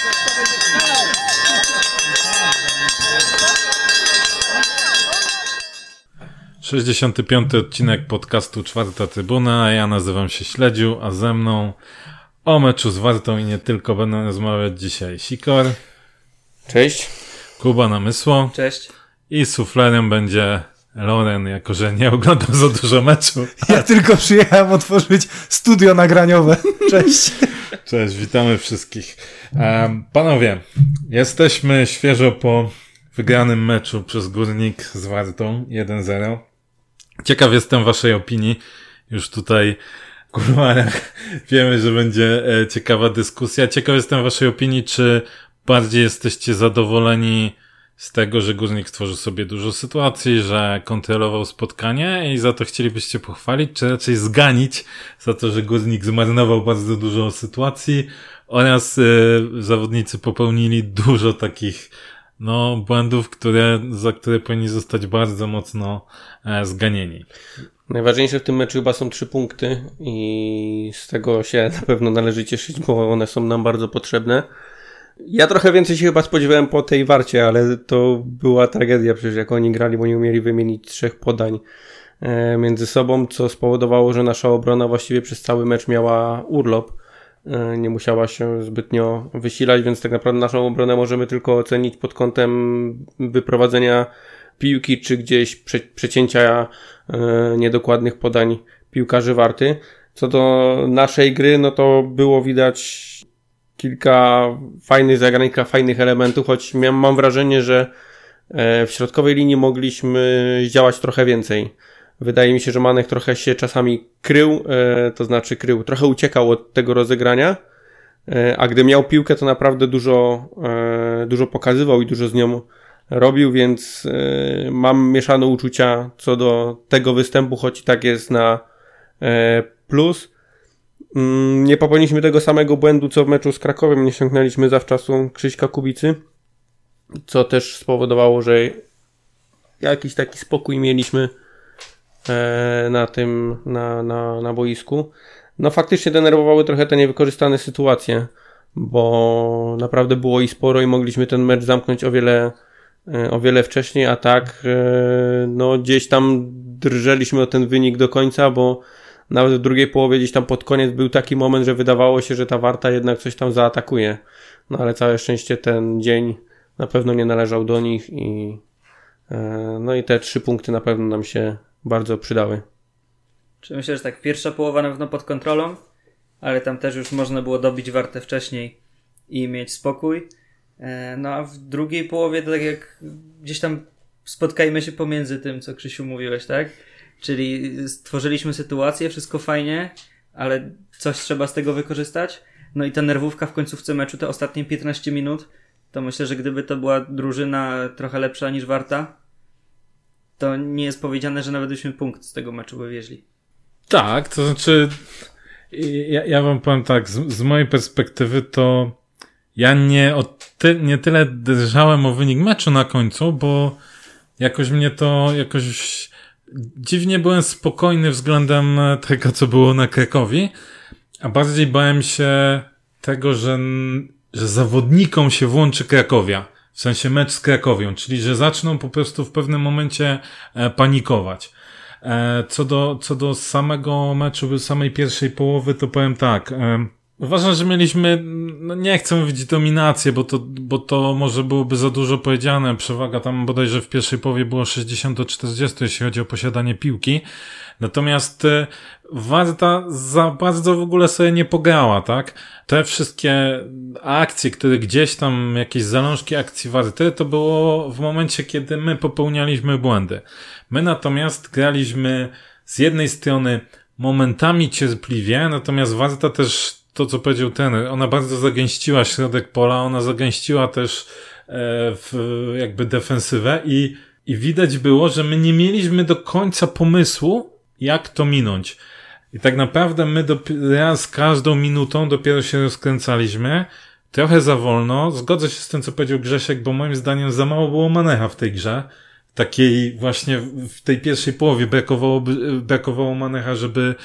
...65. odcinek podcastu Czwarta Trybuna. Ja nazywam się Śledziu, a ze mną o meczu z Wartą i nie tylko będą rozmawiać dzisiaj Sikor. Cześć. Kuba Namysło. Cześć. I suflerem będzie Loren, jako że nie oglądał za dużo meczu. Ja tylko przyjechałem otworzyć studio nagraniowe. Cześć. Cześć, witamy wszystkich. Panowie, jesteśmy świeżo po wygranym meczu przez Górnik z Wartą 1-0. Ciekaw jestem waszej opinii. Już tutaj w kuluarach wiemy, że będzie ciekawa dyskusja. Ciekaw jestem waszej opinii, czy bardziej jesteście zadowoleni z tego, że Górnik stworzył sobie dużo sytuacji, że kontrolował spotkanie i za to chcielibyście pochwalić, czy raczej zganić za to, że Górnik zmarnował bardzo dużo sytuacji oraz zawodnicy popełnili dużo takich błędów, za które powinni zostać bardzo mocno zganieni. Najważniejsze w tym meczu chyba są 3 punkty i z tego się na pewno należy cieszyć, bo one są nam bardzo potrzebne. Ja trochę więcej się chyba spodziewałem po tej Warcie, ale to była tragedia przecież jak oni grali, bo nie umieli wymienić 3 podań między sobą, co spowodowało, że nasza obrona właściwie przez cały mecz miała urlop. Nie musiała się zbytnio wysilać, więc tak naprawdę naszą obronę możemy tylko ocenić pod kątem wyprowadzenia piłki, czy gdzieś przecięcia niedokładnych podań piłkarzy Warty. Co do naszej gry, no to było widać kilka fajnych zagrań, kilka fajnych elementów, choć mam wrażenie, że w środkowej linii mogliśmy działać trochę więcej. Wydaje mi się, że Manek trochę się czasami krył, trochę uciekał od tego rozegrania, a gdy miał piłkę, to naprawdę dużo pokazywał i dużo z nią robił, więc mam mieszane uczucia co do tego występu, choć i tak jest na plus. Nie popełniliśmy tego samego błędu, co w meczu z Krakowem, nie ściągnęliśmy zawczasu Krzyśka Kubicy, co też spowodowało, że jakiś taki spokój mieliśmy na boisku. No faktycznie denerwowały trochę te niewykorzystane sytuacje, bo naprawdę było i sporo i mogliśmy ten mecz zamknąć o wiele wcześniej, a tak gdzieś tam drżeliśmy o ten wynik do końca, bo nawet w drugiej połowie gdzieś tam pod koniec był taki moment, że wydawało się, że ta Warta jednak coś tam zaatakuje. No ale całe szczęście ten dzień na pewno nie należał do nich i te 3 punkty na pewno nam się bardzo przydały. Czy myślę, że tak, pierwsza połowa na pewno pod kontrolą, ale tam też już można było dobić Wartę wcześniej i mieć spokój. A w drugiej połowie to tak jak gdzieś tam spotkajmy się pomiędzy tym, co Krzysiu mówiłeś, tak? Czyli stworzyliśmy sytuację, wszystko fajnie, ale coś trzeba z tego wykorzystać. No i ta nerwówka w końcówce meczu, te ostatnie 15 minut, to myślę, że gdyby to była drużyna trochę lepsza niż Warta, to nie jest powiedziane, że nawet byśmy punkt z tego meczu wywieźli. Tak, to znaczy ja wam powiem tak, z mojej perspektywy to ja nie tyle drżałem o wynik meczu na końcu, bo jakoś dziwnie byłem spokojny względem tego, co było na Krakowi, a bardziej bałem się tego, że zawodnikom się włączy Krakowia. W sensie mecz z Krakowią, czyli że zaczną po prostu w pewnym momencie panikować. Co do samego meczu, samej pierwszej połowy, to powiem tak. Uważam, że mieliśmy, nie chcę mówić dominację, bo to może byłoby za dużo powiedziane. Przewaga tam bodajże w pierwszej połowie było 60-40, jeśli chodzi o posiadanie piłki. Natomiast Warta za bardzo w ogóle sobie nie pograła, tak? Te wszystkie akcje, które gdzieś tam, jakieś zalążki akcji Warty, to było w momencie, kiedy my popełnialiśmy błędy. My natomiast graliśmy z jednej strony momentami cierpliwie, natomiast Warta też, to co powiedział trener, ona bardzo zagęściła środek pola, ona zagęściła też jakby defensywę i widać było, że my nie mieliśmy do końca pomysłu, jak to minąć. I tak naprawdę my z każdą minutą dopiero się rozkręcaliśmy. Trochę za wolno. Zgodzę się z tym, co powiedział Grzesiek, bo moim zdaniem za mało było Manecha w tej grze. Takiej właśnie w tej pierwszej połowie brakowało Manecha,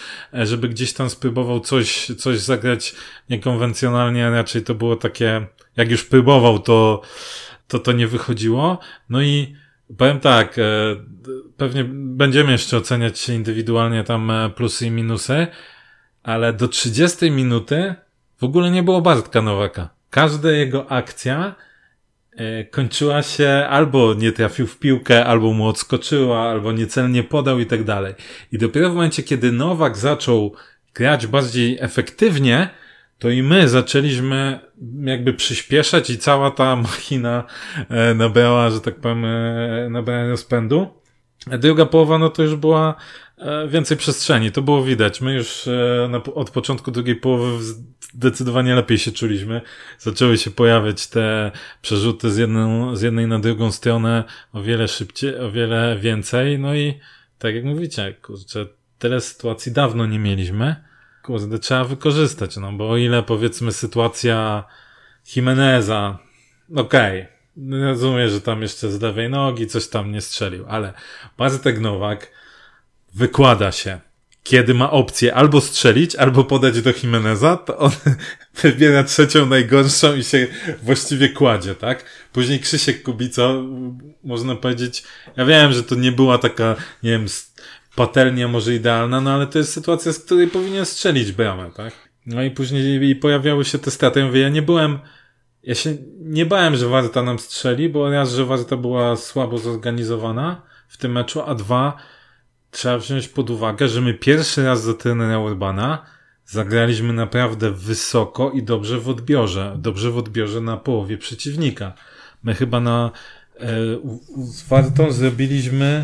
żeby gdzieś tam spróbował coś zagrać niekonwencjonalnie, a raczej to było takie jak już próbował, to nie wychodziło. No i powiem tak, pewnie będziemy jeszcze oceniać się indywidualnie tam plusy i minusy, ale do 30 minuty w ogóle nie było Bartka Nowaka. Każda jego akcja kończyła się albo nie trafił w piłkę, albo mu odskoczyła, albo niecelnie podał i tak dalej. I dopiero w momencie, kiedy Nowak zaczął grać bardziej efektywnie, to i my zaczęliśmy jakby przyspieszać i cała ta machina nabrała, że tak powiem, nabrała rozpędu. A druga połowa, no to już była więcej przestrzeni, to było widać. My już od początku drugiej połowy zdecydowanie lepiej się czuliśmy. Zaczęły się pojawiać te przerzuty z jednej na drugą stronę o wiele szybciej, o wiele więcej. No i tak jak mówicie, kurczę, tyle sytuacji dawno nie mieliśmy. Kurde, trzeba wykorzystać, no bo o ile powiedzmy sytuacja Jimeneza, okej, rozumiem, że tam jeszcze z lewej nogi coś tam nie strzelił, ale Bartek Nowak wykłada się, kiedy ma opcję albo strzelić, albo podać do Jimeneza, to on wybiera trzecią najgorszą i się właściwie kładzie, tak? Później Krzysiek Kubica, można powiedzieć, ja wiem, że to nie była taka, nie wiem, patelnia może idealna, no ale to jest sytuacja, z której powinien strzelić bramę, tak? No i później pojawiały się te straty. Ja mówię, ja się nie bałem, że Warta nam strzeli, bo raz, że Warta była słabo zorganizowana w tym meczu, a dwa, trzeba wziąć pod uwagę, że my pierwszy raz za trenera Urbana zagraliśmy naprawdę wysoko i dobrze w odbiorze na połowie przeciwnika. My chyba z Wartą zrobiliśmy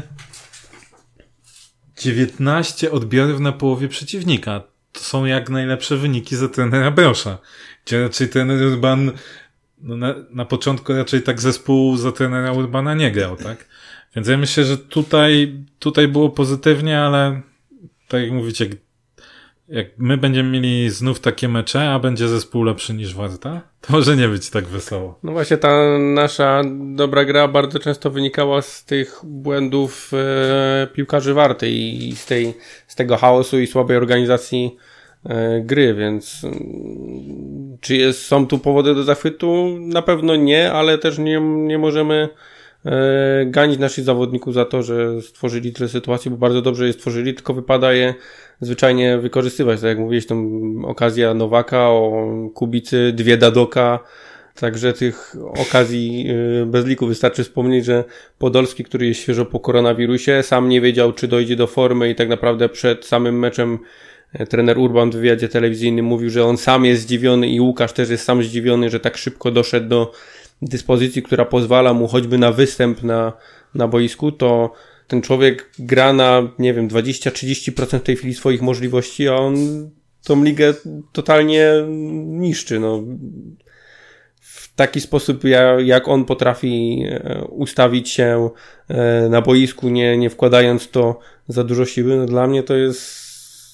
19 odbiorów na połowie przeciwnika. To są jak najlepsze wyniki za trenera Brosza. Gdzie raczej trener Urban, no na początku raczej tak zespół za trenera Urbana nie grał, tak? Więc ja myślę, że tutaj było pozytywnie, ale tak jak mówicie, jak my będziemy mieli znów takie mecze, a będzie zespół lepszy niż Warta, to może nie być tak wesoło. No właśnie ta nasza dobra gra bardzo często wynikała z tych błędów piłkarzy Warty i z tego chaosu i słabej organizacji gry, więc czy są tu powody do zachwytu? Na pewno nie, ale też nie możemy ganić naszych zawodników za to, że stworzyli tyle sytuacji, bo bardzo dobrze je stworzyli, tylko wypada je zwyczajnie wykorzystywać. Tak jak mówiłeś, tą okazja Nowaka, o Kubicy, 2 Dadoka, także tych okazji bez liku. Wystarczy wspomnieć, że Podolski, który jest świeżo po koronawirusie, sam nie wiedział, czy dojdzie do formy i tak naprawdę przed samym meczem trener Urban w wywiadzie telewizyjnym mówił, że on sam jest zdziwiony i Łukasz też jest sam zdziwiony, że tak szybko doszedł do dyspozycji, która pozwala mu choćby na występ na boisku, to ten człowiek gra na, nie wiem, 20-30% w tej chwili swoich możliwości, a on tą ligę totalnie niszczy. No. W taki sposób, jak on potrafi ustawić się na boisku, nie wkładając to za dużo siły, no dla mnie to jest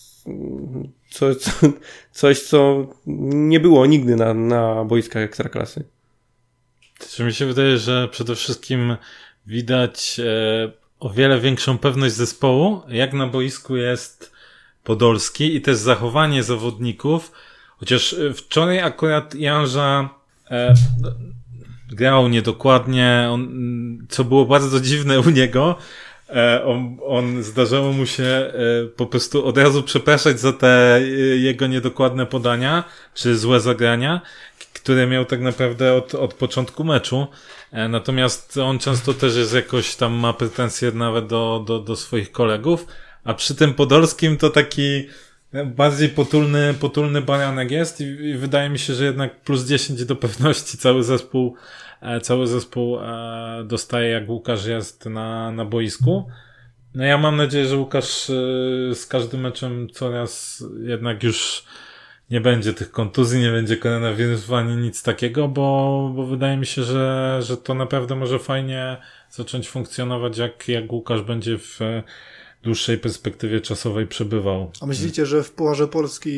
coś, co nie było nigdy na boiskach Ekstraklasy. Czy mi się wydaje, że przede wszystkim widać o wiele większą pewność zespołu, jak na boisku jest Podolski i też zachowanie zawodników, chociaż wczoraj akurat Janża grał niedokładnie, co było bardzo dziwne u niego, on zdarzało mu się po prostu od razu przepraszać za te jego niedokładne podania, czy złe zagrania, które miał tak naprawdę od początku meczu. Natomiast on często też jest jakoś tam ma pretensje nawet do swoich kolegów, a przy tym Podolskim to taki bardziej potulny baranek jest i wydaje mi się, że jednak plus 10 do pewności cały zespół dostaje, jak Łukasz jest na boisku. No ja mam nadzieję, że Łukasz z każdym meczem coraz jednak już nie będzie tych kontuzji, nie będzie koronawirusu ani nic takiego, bo wydaje mi się, że to naprawdę może fajnie zacząć funkcjonować, jak Łukasz będzie w dłuższej perspektywie czasowej przebywał. A myślicie, że w Pucharze Polski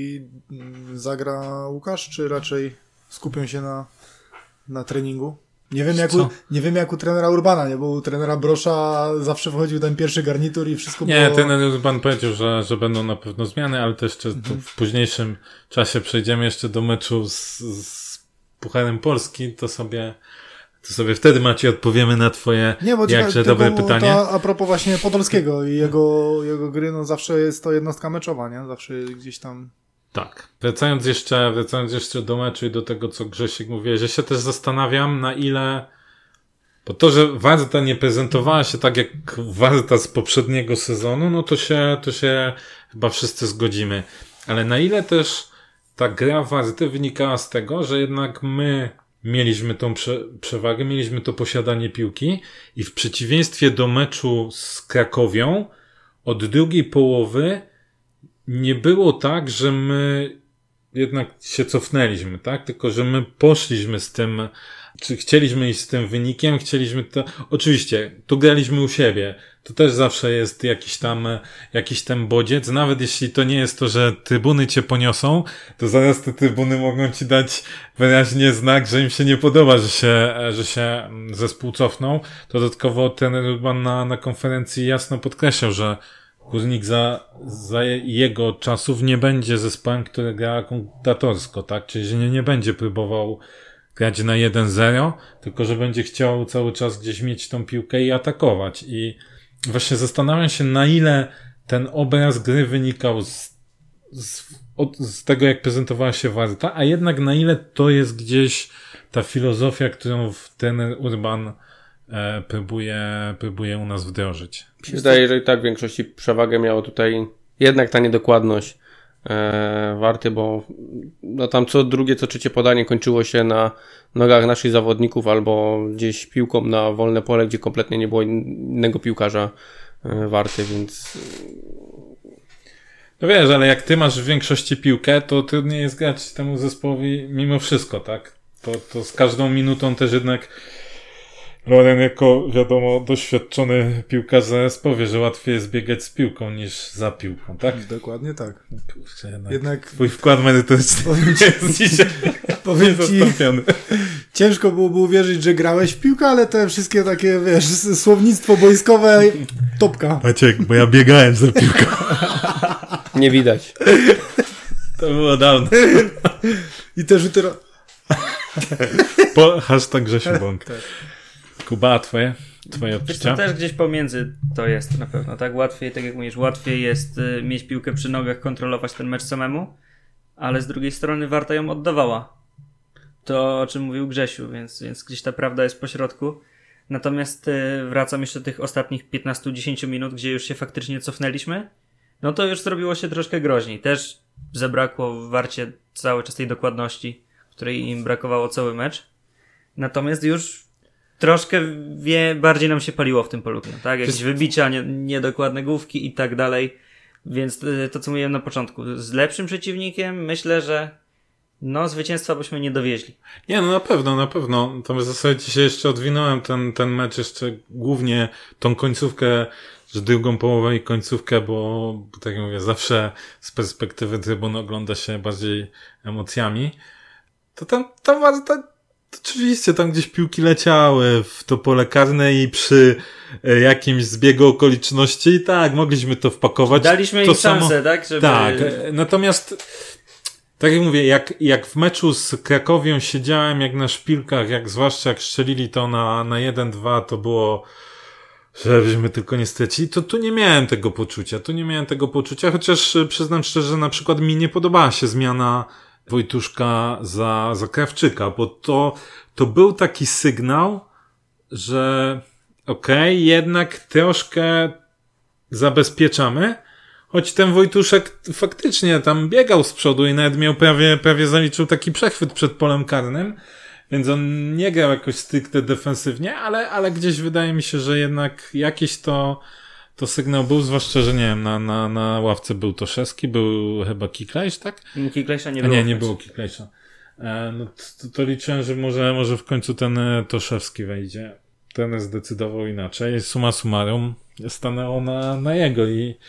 zagra Łukasz, czy raczej skupią się na treningu? Nie wiem jak u trenera Urbana, nie? Bo u trenera Brosza zawsze wchodził ten pierwszy garnitur i wszystko było... Nie, trener Urban powiedział, że będą na pewno zmiany, ale to jeszcze w późniejszym czasie przejdziemy jeszcze do meczu z Pucharem Polski, to sobie wtedy, Maciej, odpowiemy na twoje jakże dobre pytanie. A propos właśnie Podolskiego i jego gry, no zawsze jest to jednostka meczowa, nie? Zawsze gdzieś tam... Tak. Wracając jeszcze do meczu i do tego, co Grzesiek mówiłeś, że się też zastanawiam, na ile... Bo to, że Warta nie prezentowała się tak jak Warta z poprzedniego sezonu, no to się chyba wszyscy zgodzimy. Ale na ile też ta gra Warty wynikała z tego, że jednak my mieliśmy tą przewagę, mieliśmy to posiadanie piłki i w przeciwieństwie do meczu z Krakowią od drugiej połowy nie było tak, że my jednak się cofnęliśmy, tak? Tylko, że my poszliśmy z tym, czy chcieliśmy iść z tym wynikiem, chcieliśmy to... Oczywiście, tu graliśmy u siebie. To też zawsze jest jakiś tam bodziec. Nawet jeśli to nie jest to, że trybuny cię poniosą, to zaraz te trybuny mogą ci dać wyraźnie znak, że im się nie podoba, że się zespół cofnął. Dodatkowo trener Urban na konferencji jasno podkreślał, że Górnik za jego czasów nie będzie zespołem, który gra konkutatorsko, tak? Czyli, że nie będzie próbował grać na 1-0, tylko że będzie chciał cały czas gdzieś mieć tą piłkę i atakować. I właśnie zastanawiam się, na ile ten obraz gry wynikał z tego, jak prezentowała się Warta, a jednak na ile to jest gdzieś ta filozofia, którą trener Urban próbuje u nas wdrożyć. Mi się wydaje, że i tak w większości przewagę miało tutaj jednak ta niedokładność Warty, bo no tam co drugie, co trzecie podanie kończyło się na nogach naszych zawodników albo gdzieś piłką na wolne pole, gdzie kompletnie nie było innego piłkarza Warty, więc... No wiesz, ale jak ty masz w większości piłkę, to trudniej jest grać temu zespołowi mimo wszystko, tak? To z każdą minutą też jednak Loren jako, wiadomo, doświadczony piłkarz zaraz powie, że łatwiej jest biegać z piłką niż za piłką, tak? Dokładnie tak. Kurczę, jednak twój wkład merytoryczny jest dzisiaj niezastąpiony. Ciężko byłoby uwierzyć, że grałeś w piłkę, ale te wszystkie takie, wiesz, słownictwo boiskowe, topka. Maciek, bo ja biegałem za piłką. Nie widać. To było dawno. I te rzuty... Hashtag Grzesiu Bąk. Tak. Kuba, twoje odczucia? To też gdzieś pomiędzy to jest na pewno, tak? Łatwiej, tak jak mówisz, łatwiej jest mieć piłkę przy nogach, kontrolować ten mecz samemu, ale z drugiej strony Warta ją oddawała. To, o czym mówił Grzesiu, więc gdzieś ta prawda jest pośrodku. Natomiast wracam jeszcze do tych ostatnich 15-10 minut, gdzie już się faktycznie cofnęliśmy, no to już zrobiło się troszkę groźniej. Też zabrakło w Warcie cały czas tej dokładności, której im brakowało cały mecz. Natomiast już troszkę bardziej nam się paliło w tym polu, tak? Jakieś wybicia, niedokładne główki i tak dalej. Więc to, co mówiłem na początku, z lepszym przeciwnikiem myślę, że zwycięstwa byśmy nie dowieźli. Nie, no na pewno. To w zasadzie dzisiaj jeszcze odwinąłem ten mecz, jeszcze głównie tą końcówkę, że drugą połowę i końcówkę, bo tak jak mówię, zawsze z perspektywy trybun ogląda się bardziej emocjami. To tam oczywiście tam gdzieś piłki leciały w to pole karne i przy jakimś zbiegu okoliczności i tak, mogliśmy to wpakować. Daliśmy im szansę, tak? Żeby... Tak, natomiast tak jak mówię, jak w meczu z Krakowią siedziałem jak na szpilkach, zwłaszcza jak strzelili to na 1-2, to było, żebyśmy tylko nie stracili, to tu nie miałem tego poczucia, chociaż przyznam szczerze, że na przykład mi nie podobała się zmiana Wojtuszka za Krawczyka, bo to był taki sygnał, że okej, jednak troszkę zabezpieczamy, choć ten Wojtuszek faktycznie tam biegał z przodu i nawet miał prawie zaliczył taki przechwyt przed polem karnym, więc on nie grał jakoś stricte defensywnie, ale gdzieś wydaje mi się, że jednak jakiś to sygnał był, zwłaszcza, że nie wiem, na ławce był Toszewski, był chyba Kiklejsz, tak? Kiklejsza nie było. Nie było Kiklejsza. No to liczyłem, że może w końcu ten Toszewski wejdzie. Ten zdecydował inaczej. Summa summarum stanęło na jego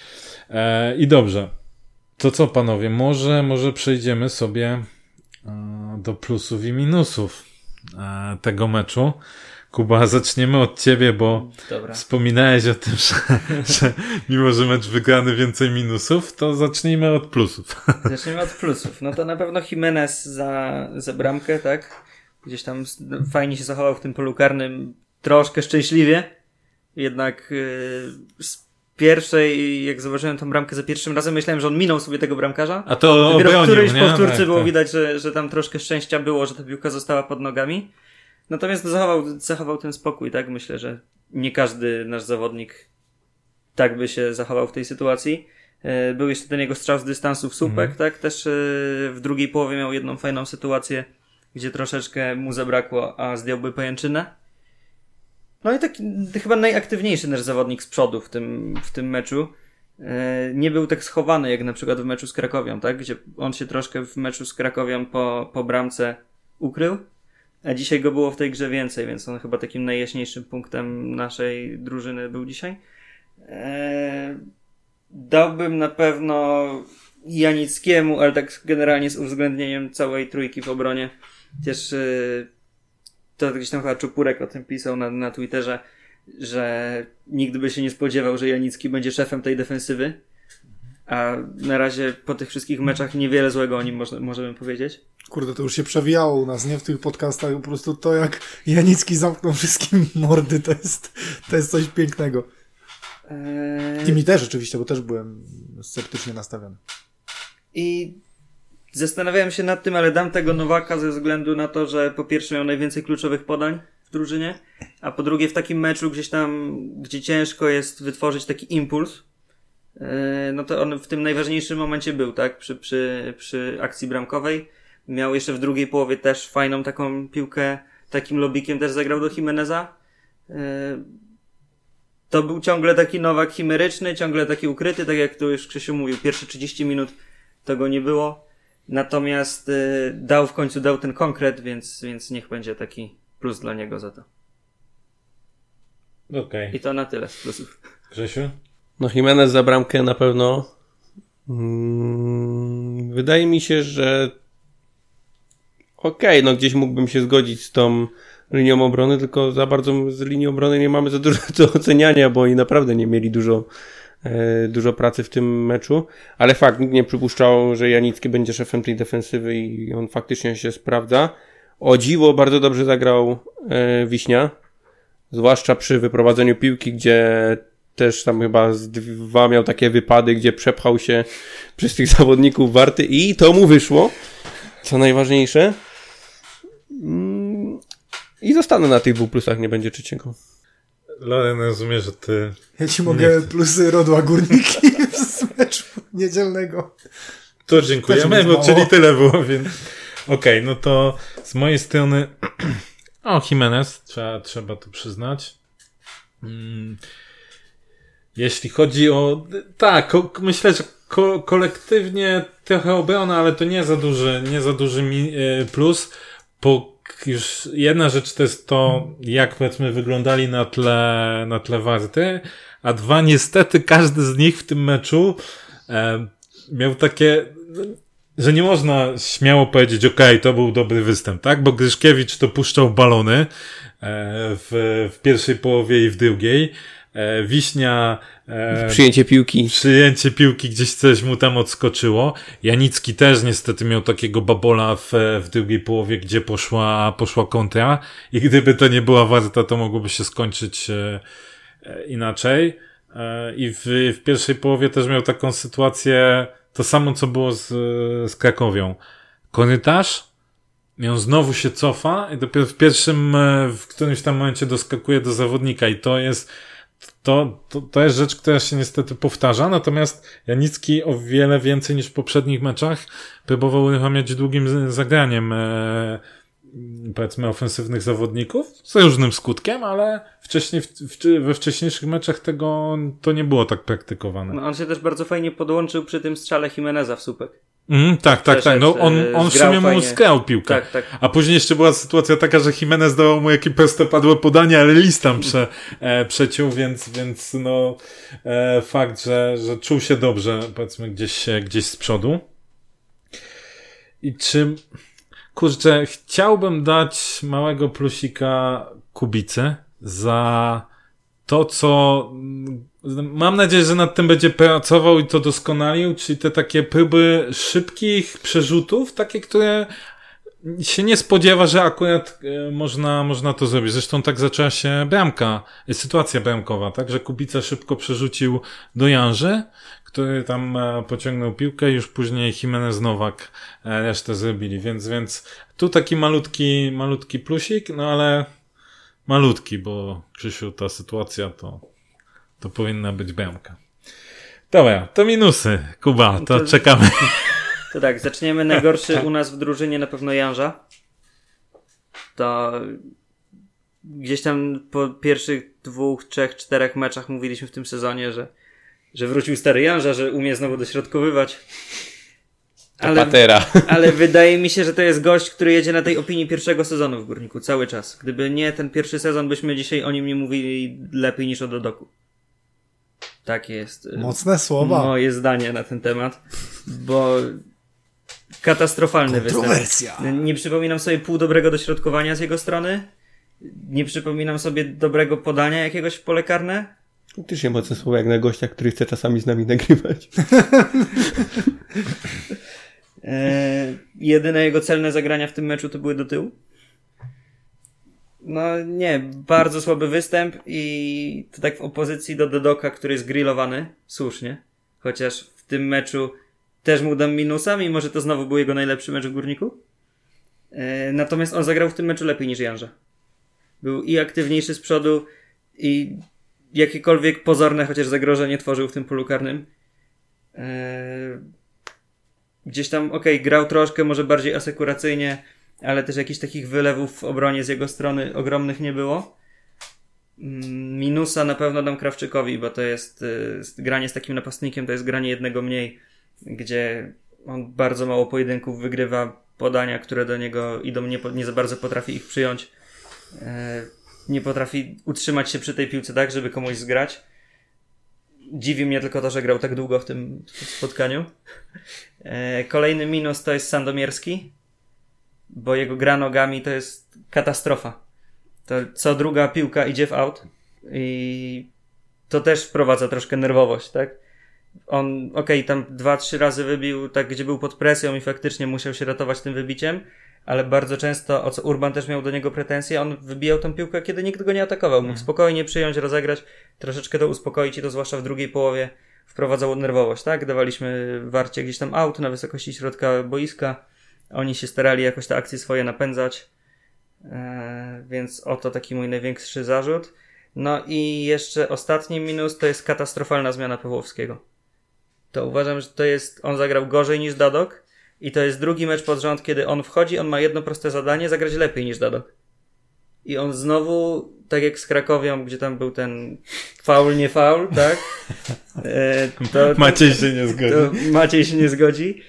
i dobrze. To co, panowie? Może przejdziemy sobie do plusów i minusów tego meczu. Kuba, zaczniemy od ciebie, bo Dobra. Wspominałeś o tym, że mimo, że mecz wygrany więcej minusów, to zacznijmy od plusów. Zaczniemy od plusów. No to na pewno Jimenez za bramkę, tak? Gdzieś tam fajnie się zachował w tym polu karnym, troszkę szczęśliwie. Jednak z pierwszej, jak zobaczyłem tą bramkę za pierwszym razem, myślałem, że on minął sobie tego bramkarza. A to dopiero w którejś powtórce tak, było tak. widać, że tam troszkę szczęścia było, że ta piłka została pod nogami. Natomiast zachował ten spokój, tak? Myślę, że nie każdy nasz zawodnik tak by się zachował w tej sytuacji. Był jeszcze ten jego strzał z dystansu w słupek, tak? Też w drugiej połowie miał jedną fajną sytuację, gdzie troszeczkę mu zabrakło, a zdjąłby pajęczynę. No i taki chyba najaktywniejszy nasz zawodnik z przodu w tym meczu. Nie był tak schowany jak na przykład w meczu z Krakowią, tak? Gdzie on się troszkę w meczu z Krakowią po bramce ukrył, a dzisiaj go było w tej grze więcej, więc on chyba takim najjaśniejszym punktem naszej drużyny był dzisiaj. Dałbym na pewno Janickiemu, ale tak generalnie z uwzględnieniem całej trójki w obronie. Też to gdzieś tam chyba Czupurek o tym pisał na Twitterze, że nikt by się nie spodziewał, że Janicki będzie szefem tej defensywy. A na razie po tych wszystkich meczach niewiele złego o nim możemy powiedzieć. Kurde, to już się przewijało u nas, nie? W tych podcastach po prostu to, jak Janicki zamknął wszystkim mordy, to jest coś pięknego. I mi też oczywiście, bo też byłem sceptycznie nastawiony. I zastanawiałem się nad tym, ale dam tego Nowaka ze względu na to, że po pierwsze miał najwięcej kluczowych podań w drużynie, a po drugie w takim meczu gdzieś tam, gdzie ciężko jest wytworzyć taki impuls, no to on w tym najważniejszym momencie był, tak? Przy akcji bramkowej. Miał jeszcze w drugiej połowie też fajną taką piłkę, takim lobikiem też zagrał do Jimeneza. To był ciągle taki Nowak chimeryczny, ciągle taki ukryty, tak jak tu już Krzysiu mówił, pierwsze 30 minut to go nie było. Natomiast w końcu dał ten konkret, więc niech będzie taki plus dla niego za to. Okej. I to na tyle z plusów. Grzesiu? No Jimenez za bramkę na pewno. Wydaje mi się, że no gdzieś mógłbym się zgodzić z tą linią obrony, tylko za bardzo z linii obrony nie mamy za dużo do oceniania, bo oni naprawdę nie mieli dużo pracy w tym meczu, ale fakt, nikt nie przypuszczał, że Janicki będzie szefem tej defensywy i on faktycznie się sprawdza. O dziwo bardzo dobrze zagrał Wiśnia, zwłaszcza przy wyprowadzeniu piłki, gdzie też tam chyba z dwa miał takie wypady, gdzie przepchał się przez tych zawodników Warty i to mu wyszło, co najważniejsze. I zostanę na tych 2 plusach, nie będzie trzeciego. Loren, rozumiem, że ty... Ja ci mogę plusy Rodła Górniki z meczu niedzielnego. To dziękujemy, bo czyli tyle było, więc... Okej, no to z mojej strony Jimenez, trzeba to przyznać. Jeśli chodzi o... Tak, myślę, że kolektywnie trochę obrona, ale to nie za duży plus. Już jedna rzecz to jest to, jak powiedzmy wyglądali na tle Warty, a dwa, niestety każdy z nich w tym meczu miał takie, że nie można śmiało powiedzieć, to był dobry występ, tak? Bo Gryszkiewicz to puszczał balony w pierwszej połowie i w drugiej. Wiśnia przyjęcie piłki gdzieś coś mu tam odskoczyło. Janicki też niestety miał takiego babola w drugiej połowie, gdzie poszła kontra i gdyby to nie była Warta, to mogłoby się skończyć inaczej. I w pierwszej połowie też miał taką sytuację, to samo co było z Krakowią. Korytarz, i on znowu się cofa i dopiero w którymś tam momencie doskakuje do zawodnika i to jest rzecz, która się niestety powtarza, natomiast Janicki o wiele więcej niż w poprzednich meczach próbował uruchamiać długim zagraniem powiedzmy ofensywnych zawodników, z różnym skutkiem, ale we wcześniejszych meczach to nie było tak praktykowane. No, on się też bardzo fajnie podłączył przy tym strzale Jimeneza w słupek. Tak. No, on w sumie mu skrał piłkę. Tak. A później jeszcze była sytuacja taka, że Jimenez dawał mu jakieś prostopadłe podanie, ale list tam przeciął, więc no fakt, że czuł się dobrze, powiedzmy gdzieś z przodu. I kurczę, chciałbym dać małego plusika Kubicy za to, co mam nadzieję, że nad tym będzie pracował i to doskonalił, czyli te takie próby szybkich przerzutów, takie, które się nie spodziewa, że akurat można to zrobić. Zresztą tak zaczęła się sytuacja bramkowa, tak, że Kubica szybko przerzucił do Janży, który tam pociągnął piłkę, już później Jimenez Nowak resztę zrobili, więc tu taki malutki plusik, no ale malutki, bo Krzysiu, ta sytuacja to powinna być bramka. Dobra, to minusy, Kuba, to czekamy. To tak, zaczniemy najgorszy u nas w drużynie, na pewno Janża. To gdzieś tam po pierwszych 2, 3, 4 meczach mówiliśmy w tym sezonie, że wrócił stary Janża, że umie znowu dośrodkowywać. Ale wydaje mi się, że to jest gość, który jedzie na tej opinii pierwszego sezonu w Górniku cały czas. Gdyby nie ten pierwszy sezon, byśmy dzisiaj o nim nie mówili lepiej niż o Dodoku. Tak jest. Mocne słowa. Moje zdanie na ten temat, bo katastrofalny występ. Nie przypominam sobie pół dobrego dośrodkowania z jego strony. Nie przypominam sobie dobrego podania jakiegoś w pole karne. Też nie mocne słowa jak na gościa, który chce czasami z nami nagrywać. Jedyne jego celne zagrania w tym meczu to były do tyłu. No nie, bardzo słaby występ i to tak w opozycji do Dodoka, który jest grillowany, słusznie. Chociaż w tym meczu też mu dam minusa, mimo że to znowu był jego najlepszy mecz w Górniku. Natomiast on zagrał w tym meczu lepiej niż Janża. Był i aktywniejszy z przodu i jakiekolwiek pozorne chociaż zagrożenie tworzył w tym polu karnym. Gdzieś tam, grał troszkę, może bardziej asekuracyjnie, ale też jakichś takich wylewów w obronie z jego strony ogromnych nie było. Minusa na pewno dam Krawczykowi, bo to jest granie z takim napastnikiem, to jest granie jednego mniej, gdzie on bardzo mało pojedynków wygrywa, podania, które do niego idą, nie za bardzo potrafi ich przyjąć. Nie potrafi utrzymać się przy tej piłce tak, żeby komuś zgrać. Dziwi mnie tylko to, że grał tak długo w tym spotkaniu. Kolejny minus to jest Sandomierski, bo jego gra nogami to jest katastrofa. To co druga piłka idzie w aut i to też wprowadza troszkę nerwowość, tak? On, tam 2-3 razy wybił, tak, gdzie był pod presją i faktycznie musiał się ratować tym wybiciem, ale bardzo często, o co Urban też miał do niego pretensje, on wybijał tą piłkę, kiedy nikt go nie atakował. Mógł spokojnie przyjąć, rozegrać, troszeczkę to uspokoić i to zwłaszcza w drugiej połowie wprowadzało nerwowość, tak? Dawaliśmy Warcie gdzieś tam aut na wysokości środka boiska, oni się starali jakoś te akcje swoje napędzać, więc oto taki mój największy zarzut. No i jeszcze ostatni minus to jest katastrofalna zmiana Pawłowskiego. To uważam, że on zagrał gorzej niż Dadok i to jest drugi mecz pod rząd, kiedy on wchodzi, on ma jedno proste zadanie, zagrać lepiej niż Dadok. I on znowu, tak jak z Krakowią, gdzie tam był ten faul, nie faul, tak? Maciej się nie zgodzi. Maciej się nie zgodzi.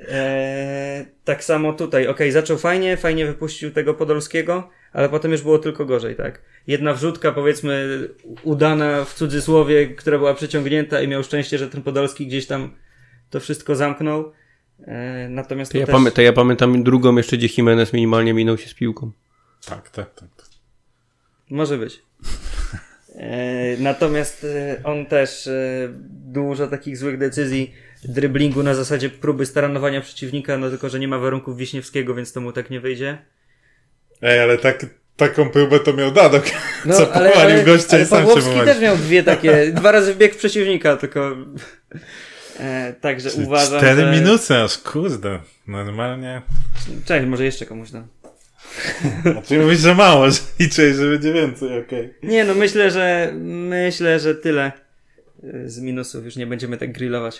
Tak samo tutaj. Zaczął fajnie wypuścił tego Podolskiego, ale potem już było tylko gorzej, tak? Jedna wrzutka, powiedzmy, udana w cudzysłowie, która była przeciągnięta i miał szczęście, że ten Podolski gdzieś tam to wszystko zamknął. Natomiast ja pamiętam drugą jeszcze, gdzie Jimenez minimalnie minął się z piłką. Tak. Może być. Natomiast on też dużo takich złych decyzji, dryblingu na zasadzie próby staranowania przeciwnika, no tylko, że nie ma warunków Wiśniewskiego, więc to mu tak nie wyjdzie. Ale taką próbę to miał Dadok, co powalił gościa i sam się Pawłowski też miał 2 takie, 2 razy wbieg w przeciwnika, tylko także czyli uważam, 4 minusy aż, kurde, normalnie. Cześć, może jeszcze komuś dam. Znaczy mówisz, że mało, że liczę, że będzie więcej, Nie, no myślę, że tyle z minusów, już nie będziemy tak grillować.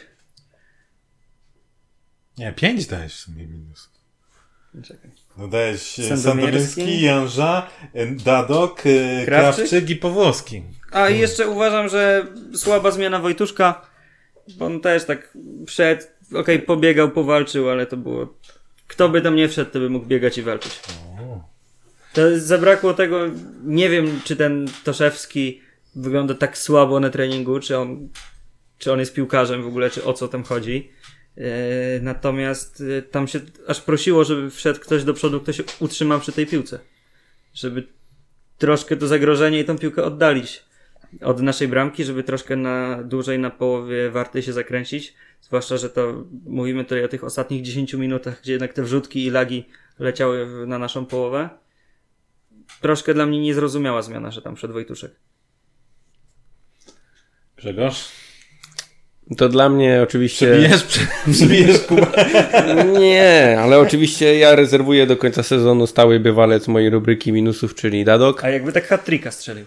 Nie, 5 dajesz w sumie minusów. Czekaj. Dodajesz Sandomierski, Janża, Dadok, Krawczyk i Pawłowski. A i jeszcze uważam, że słaba zmiana Wojtuszka, bo on też tak wszedł, pobiegał, powalczył, ale to było... Kto by tam nie wszedł, to by mógł biegać i walczyć. To zabrakło tego, nie wiem, czy ten Toszewski wygląda tak słabo na treningu, czy on jest piłkarzem w ogóle, czy o co tam chodzi. Natomiast tam się aż prosiło, żeby wszedł ktoś do przodu, kto się utrzymał przy tej piłce. Żeby troszkę to zagrożenie i tą piłkę oddalić. od naszej bramki, żeby troszkę dłużej na połowie Warty się zakręcić. Zwłaszcza, że to mówimy tutaj o tych ostatnich 10 minutach, gdzie jednak te wrzutki i lagi leciały na naszą połowę. Troszkę dla mnie niezrozumiała zmiana, że tam wszedł Wojtuszek. Grzegorz? To dla mnie oczywiście... Przybijesz Kuba? Nie, ale oczywiście ja rezerwuję do końca sezonu stały bywalec mojej rubryki minusów, czyli Dadok. A jakby tak hat-tricka strzelił?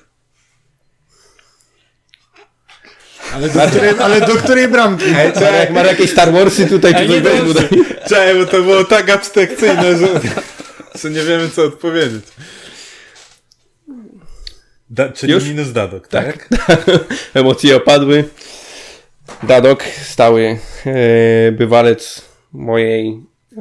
Ale do której bramki? Ale jak ma jakieś Star Warsy tutaj, to weź mu daj. Cześć, bo to było tak abstrakcyjne, że nie wiemy co odpowiedzieć. Czyli już? Minus Dadok, tak? Emocje opadły. Dadok, stały bywalec mojej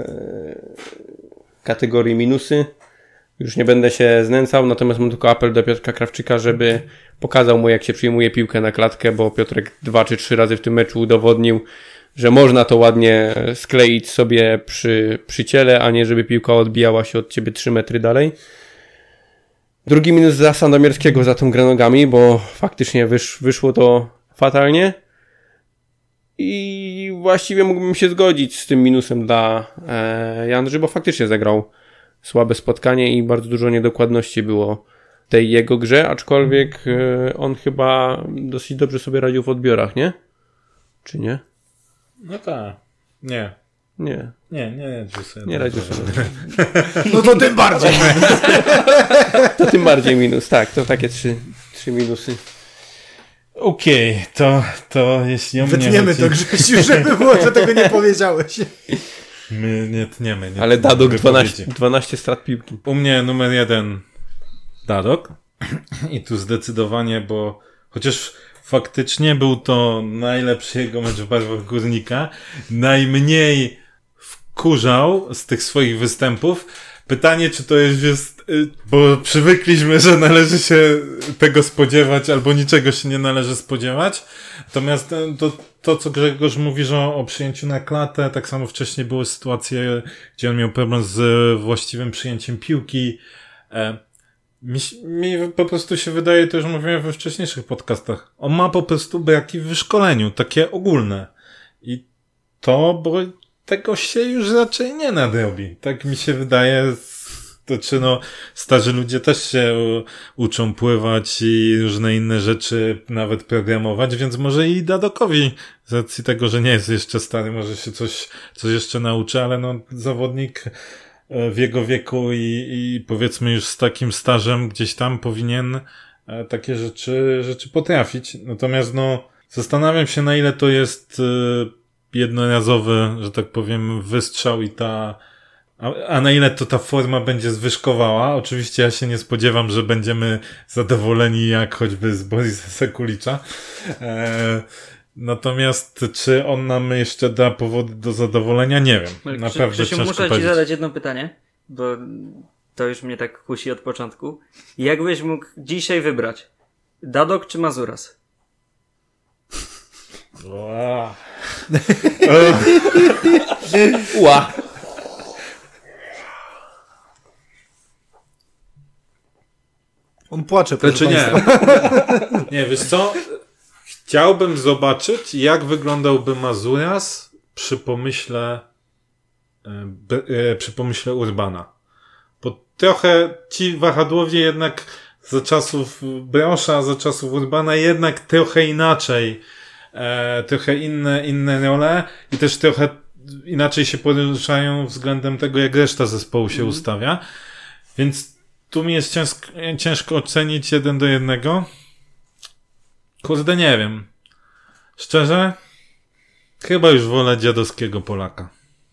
kategorii minusy. Już nie będę się znęcał, natomiast mam tylko apel do Piotrka Krawczyka, żeby pokazał mu, jak się przyjmuje piłkę na klatkę, bo Piotrek 2 czy 3 razy w tym meczu udowodnił, że można to ładnie skleić sobie przy ciele, a nie żeby piłka odbijała się od ciebie 3 metry dalej. Drugi minus za Sandomierskiego za tą grę nogami, bo faktycznie wyszło to fatalnie. I właściwie mógłbym się zgodzić z tym minusem dla Jandrzy, bo faktycznie zagrał słabe spotkanie i bardzo dużo niedokładności było w tej jego grze, aczkolwiek on chyba dosyć dobrze sobie radził w odbiorach, nie? Czy nie? No tak. Nie. Nie radził sobie. No to tym bardziej. To tym bardziej minus, tak. To takie trzy minusy. Okej, to jeśli o mnie wytniemy to, Grzesiu, żeby było, że tego nie powiedziałeś. My nie tniemy. Ale Dadok 12 strat piłki. U mnie numer 1 Dadok. I tu zdecydowanie, bo chociaż faktycznie był to najlepszy jego mecz w barwach Górnika, najmniej wkurzał z tych swoich występów. Pytanie, czy to jest, bo przywykliśmy, że należy się tego spodziewać, albo niczego się nie należy spodziewać. Natomiast to co Grzegorz mówi, że o przyjęciu na klatę, tak samo wcześniej były sytuacje, gdzie on miał problem z właściwym przyjęciem piłki. Mi po prostu się wydaje, to już mówiłem we wcześniejszych podcastach, on ma po prostu braki w wyszkoleniu, takie ogólne. I to, bo tego się już raczej nie nadrobi. Tak mi się wydaje. To czy starzy ludzie też się uczą pływać i różne inne rzeczy, nawet programować, więc może i Dadokowi, z racji tego, że nie jest jeszcze stary, może się coś jeszcze nauczy, ale zawodnik w jego wieku i powiedzmy już z takim stażem gdzieś tam powinien takie rzeczy potrafić. Natomiast zastanawiam się, na ile to jest jednorazowy, że tak powiem, wystrzał i a na ile to ta forma będzie zwyżkowała. Oczywiście ja się nie spodziewam, że będziemy zadowoleni jak choćby z Borisa Sekulicza. Natomiast czy on nam jeszcze da powody do zadowolenia? Nie wiem. Naprawdę ciężko muszę powiedzieć. Ci zadać jedno pytanie, bo to już mnie tak kusi od początku. Jakbyś mógł dzisiaj wybrać Dadok czy Mazuras? Ła. On płacze, proszę państwa. Nie, wiesz co? Chciałbym zobaczyć, jak wyglądałby Mazuras przy pomyśle Urbana. Bo trochę ci wahadłowie jednak za czasów Brosza, za czasów Urbana jednak trochę inaczej, trochę inne role i też trochę inaczej się poruszają względem tego, jak reszta zespołu się ustawia. Więc tu mi jest ciężko ocenić 1:1. Kurde, nie wiem. Szczerze? Chyba już wolę dziadowskiego Polaka.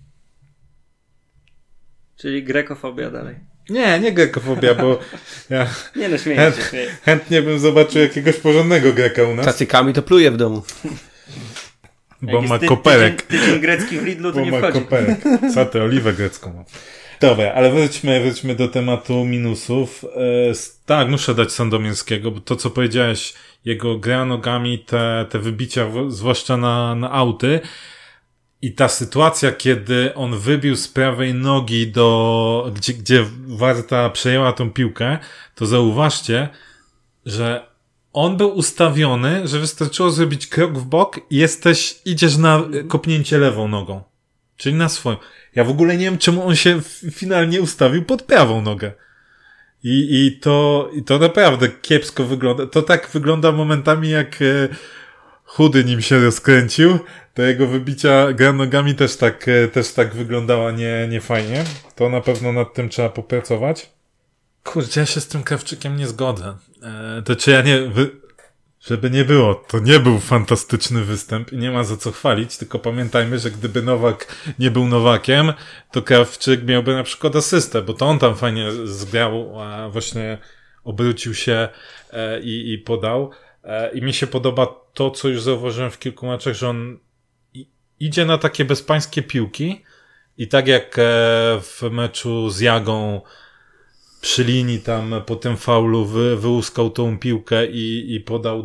Czyli grekofobia dalej. Nie grekofobia, bo ja nie śmieję się. Chętnie bym zobaczył jakiegoś porządnego Greka u nas. Tacykami to pluje w domu. Bo ma koperek. Tydzień grecki w Lidlu to nie wchodzi. Ma koperek. Co ty, oliwę grecką ma. Dobra, ale wróćmy do tematu minusów. Tak, muszę dać Sandomierskiego, bo to co powiedziałeś, jego gra nogami, te wybicia, zwłaszcza na auty i ta sytuacja, kiedy on wybił z prawej nogi gdzie Warta przejęła tą piłkę, to zauważcie, że on był ustawiony, że wystarczyło zrobić krok w bok i idziesz na kopnięcie lewą nogą. Czyli na swoją. Ja w ogóle nie wiem, czemu on się finalnie ustawił pod prawą nogę. I to naprawdę kiepsko wygląda. To tak wygląda momentami, jak Chudy nim się rozkręcił. To jego wybicia gra nogami też tak wyglądała nie fajnie. To na pewno nad tym trzeba popracować. Kurczę, ja się z tym Krawczykiem nie zgodzę. To czy ja żeby nie było, to nie był fantastyczny występ i nie ma za co chwalić, tylko pamiętajmy, że gdyby Nowak nie był Nowakiem, to Krawczyk miałby na przykład asystę, bo to on tam fajnie zgrał, a właśnie obrócił się i podał. I mi się podoba to, co już zauważyłem w kilku meczach, że on idzie na takie bezpańskie piłki i tak jak w meczu z Jagą przy linii tam po tym faulu wyłuskał tą piłkę i podał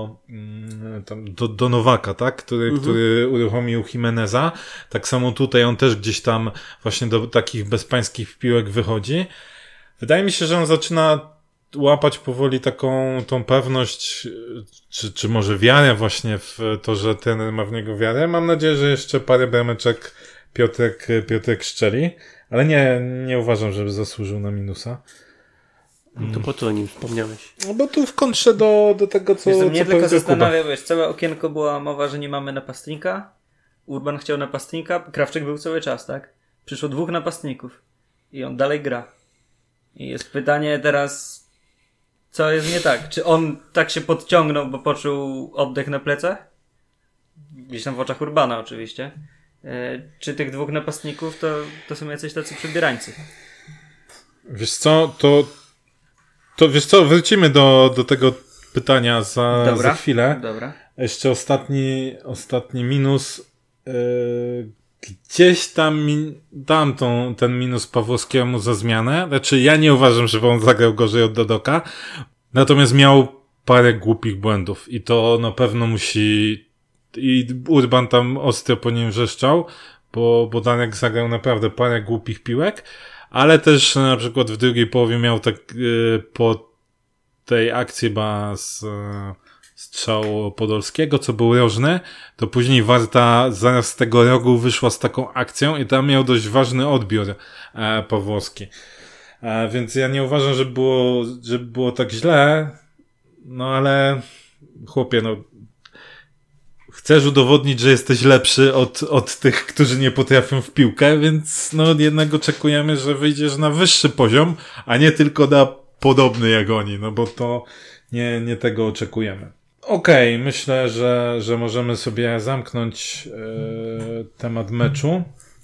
do Nowaka, tak? Który uruchomił Jimeneza. Tak samo tutaj on też gdzieś tam właśnie do takich bezpańskich piłek wychodzi. Wydaje mi się, że on zaczyna łapać powoli tą pewność, czy może wiarę właśnie w to, że trener ma w niego wiarę. Mam nadzieję, że jeszcze parę brameczek Piotrek strzeli. Ale nie uważam, żeby zasłużył na minusa. To po co o nim wspomniałeś? No bo tu w kontrze do tego, co mnie tylko zastanawia, wiesz, całe okienko była mowa, że nie mamy napastnika. Urban chciał napastnika, Krawczyk był cały czas, tak? Przyszło 2 napastników i on dalej gra. I jest pytanie teraz, co jest nie tak? Czy on tak się podciągnął, bo poczuł oddech na plecach? Gdzieś tam w oczach Urbana oczywiście. Czy tych 2 napastników to są jacyś tacy przebierańcy? Wiesz co, to wiesz co, wrócimy do tego pytania za chwilę. Dobra. Jeszcze ostatni minus. Gdzieś tam dam ten minus Pawłowskiemu za zmianę. Znaczy ja nie uważam, że on zagrał gorzej od Dadoka. Natomiast miał parę głupich błędów i to na pewno musi... I Urban tam ostro po nim wrzeszczał, bo Danek zagrał naprawdę parę głupich piłek, ale też na przykład w drugiej połowie miał tak po tej akcji z strzału Podolskiego, co był rożny, to później Warta zaraz z tego rogu wyszła z taką akcją i tam miał dość ważny odbiór Pawłowski. Więc ja nie uważam, żeby było tak źle, no ale chłopie, no chcesz udowodnić, że jesteś lepszy od tych, którzy nie potrafią w piłkę, więc no jednak oczekujemy, że wyjdziesz na wyższy poziom, a nie tylko na podobny jak oni, no bo to nie tego oczekujemy. Okej, myślę, że możemy sobie zamknąć temat meczu.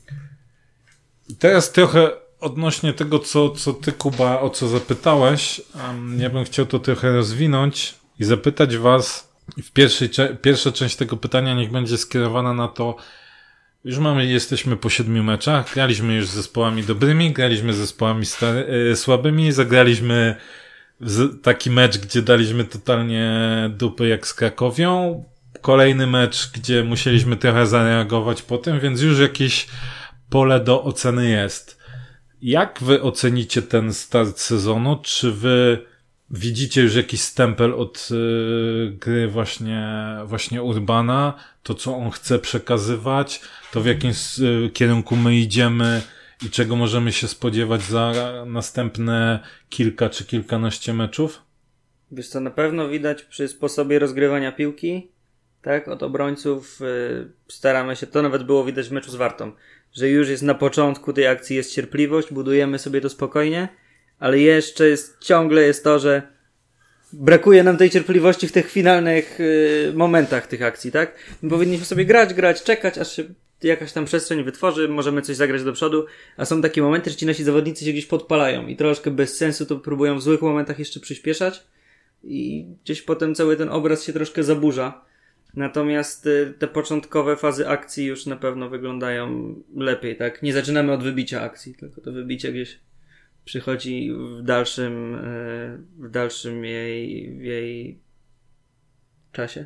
I teraz trochę odnośnie tego, co ty, Kuba, o co zapytałeś, ja bym chciał to trochę rozwinąć i zapytać was. Pierwsza część tego pytania niech będzie skierowana na to, jesteśmy po 7 meczach, graliśmy już z zespołami dobrymi, graliśmy z zespołami słabymi, zagraliśmy taki mecz, gdzie daliśmy totalnie dupy jak z Krakowią, kolejny mecz, gdzie musieliśmy trochę zareagować po tym, więc już jakieś pole do oceny jest. Jak wy ocenicie ten start sezonu? Czy wy widzicie już jakiś stempel od gry właśnie Urbana, to co on chce przekazywać, to w jakim kierunku my idziemy i czego możemy się spodziewać za następne kilka czy kilkanaście meczów? Wiesz co, na pewno widać przy sposobie rozgrywania piłki, tak, od obrońców staramy się, to nawet było widać w meczu z Wartą, że już jest na początku tej akcji jest cierpliwość, budujemy sobie to spokojnie, ale jeszcze ciągle jest to, że brakuje nam tej cierpliwości w tych finalnych momentach tych akcji, tak? My powinniśmy sobie grać, czekać, aż się jakaś tam przestrzeń wytworzy, możemy coś zagrać do przodu, a są takie momenty, że ci nasi zawodnicy się gdzieś podpalają i troszkę bez sensu to próbują w złych momentach jeszcze przyspieszać i gdzieś potem cały ten obraz się troszkę zaburza. Natomiast te początkowe fazy akcji już na pewno wyglądają lepiej, tak? Nie zaczynamy od wybicia akcji, tylko to wybicie gdzieś przychodzi w dalszym jej czasie.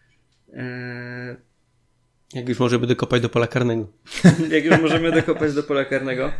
Jak już możemy dokopać do pola karnego. Jak już możemy dokopać do pola karnego.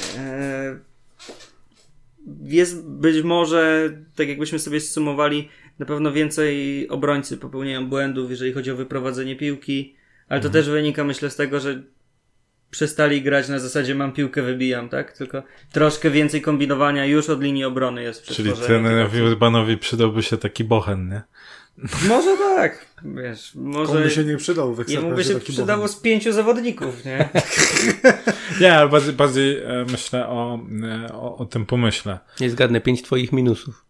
Jest być może, tak jakbyśmy sobie zsumowali, na pewno więcej obrońcy popełniają błędów, jeżeli chodzi o wyprowadzenie piłki, ale to też wynika, myślę, z tego, że przestali grać na zasadzie mam piłkę, wybijam, tak? Tylko troszkę więcej kombinowania już od linii obrony jest. Czyli trenerowi Urbanowi przydałby się taki bochen, nie? Może tak, wiesz, może... Komu by się nie przydał w Jemu by się przydało z 5 zawodników, nie? Nie, ale bardziej myślę o tym pomyśle. Nie zgadnę 5 twoich minusów.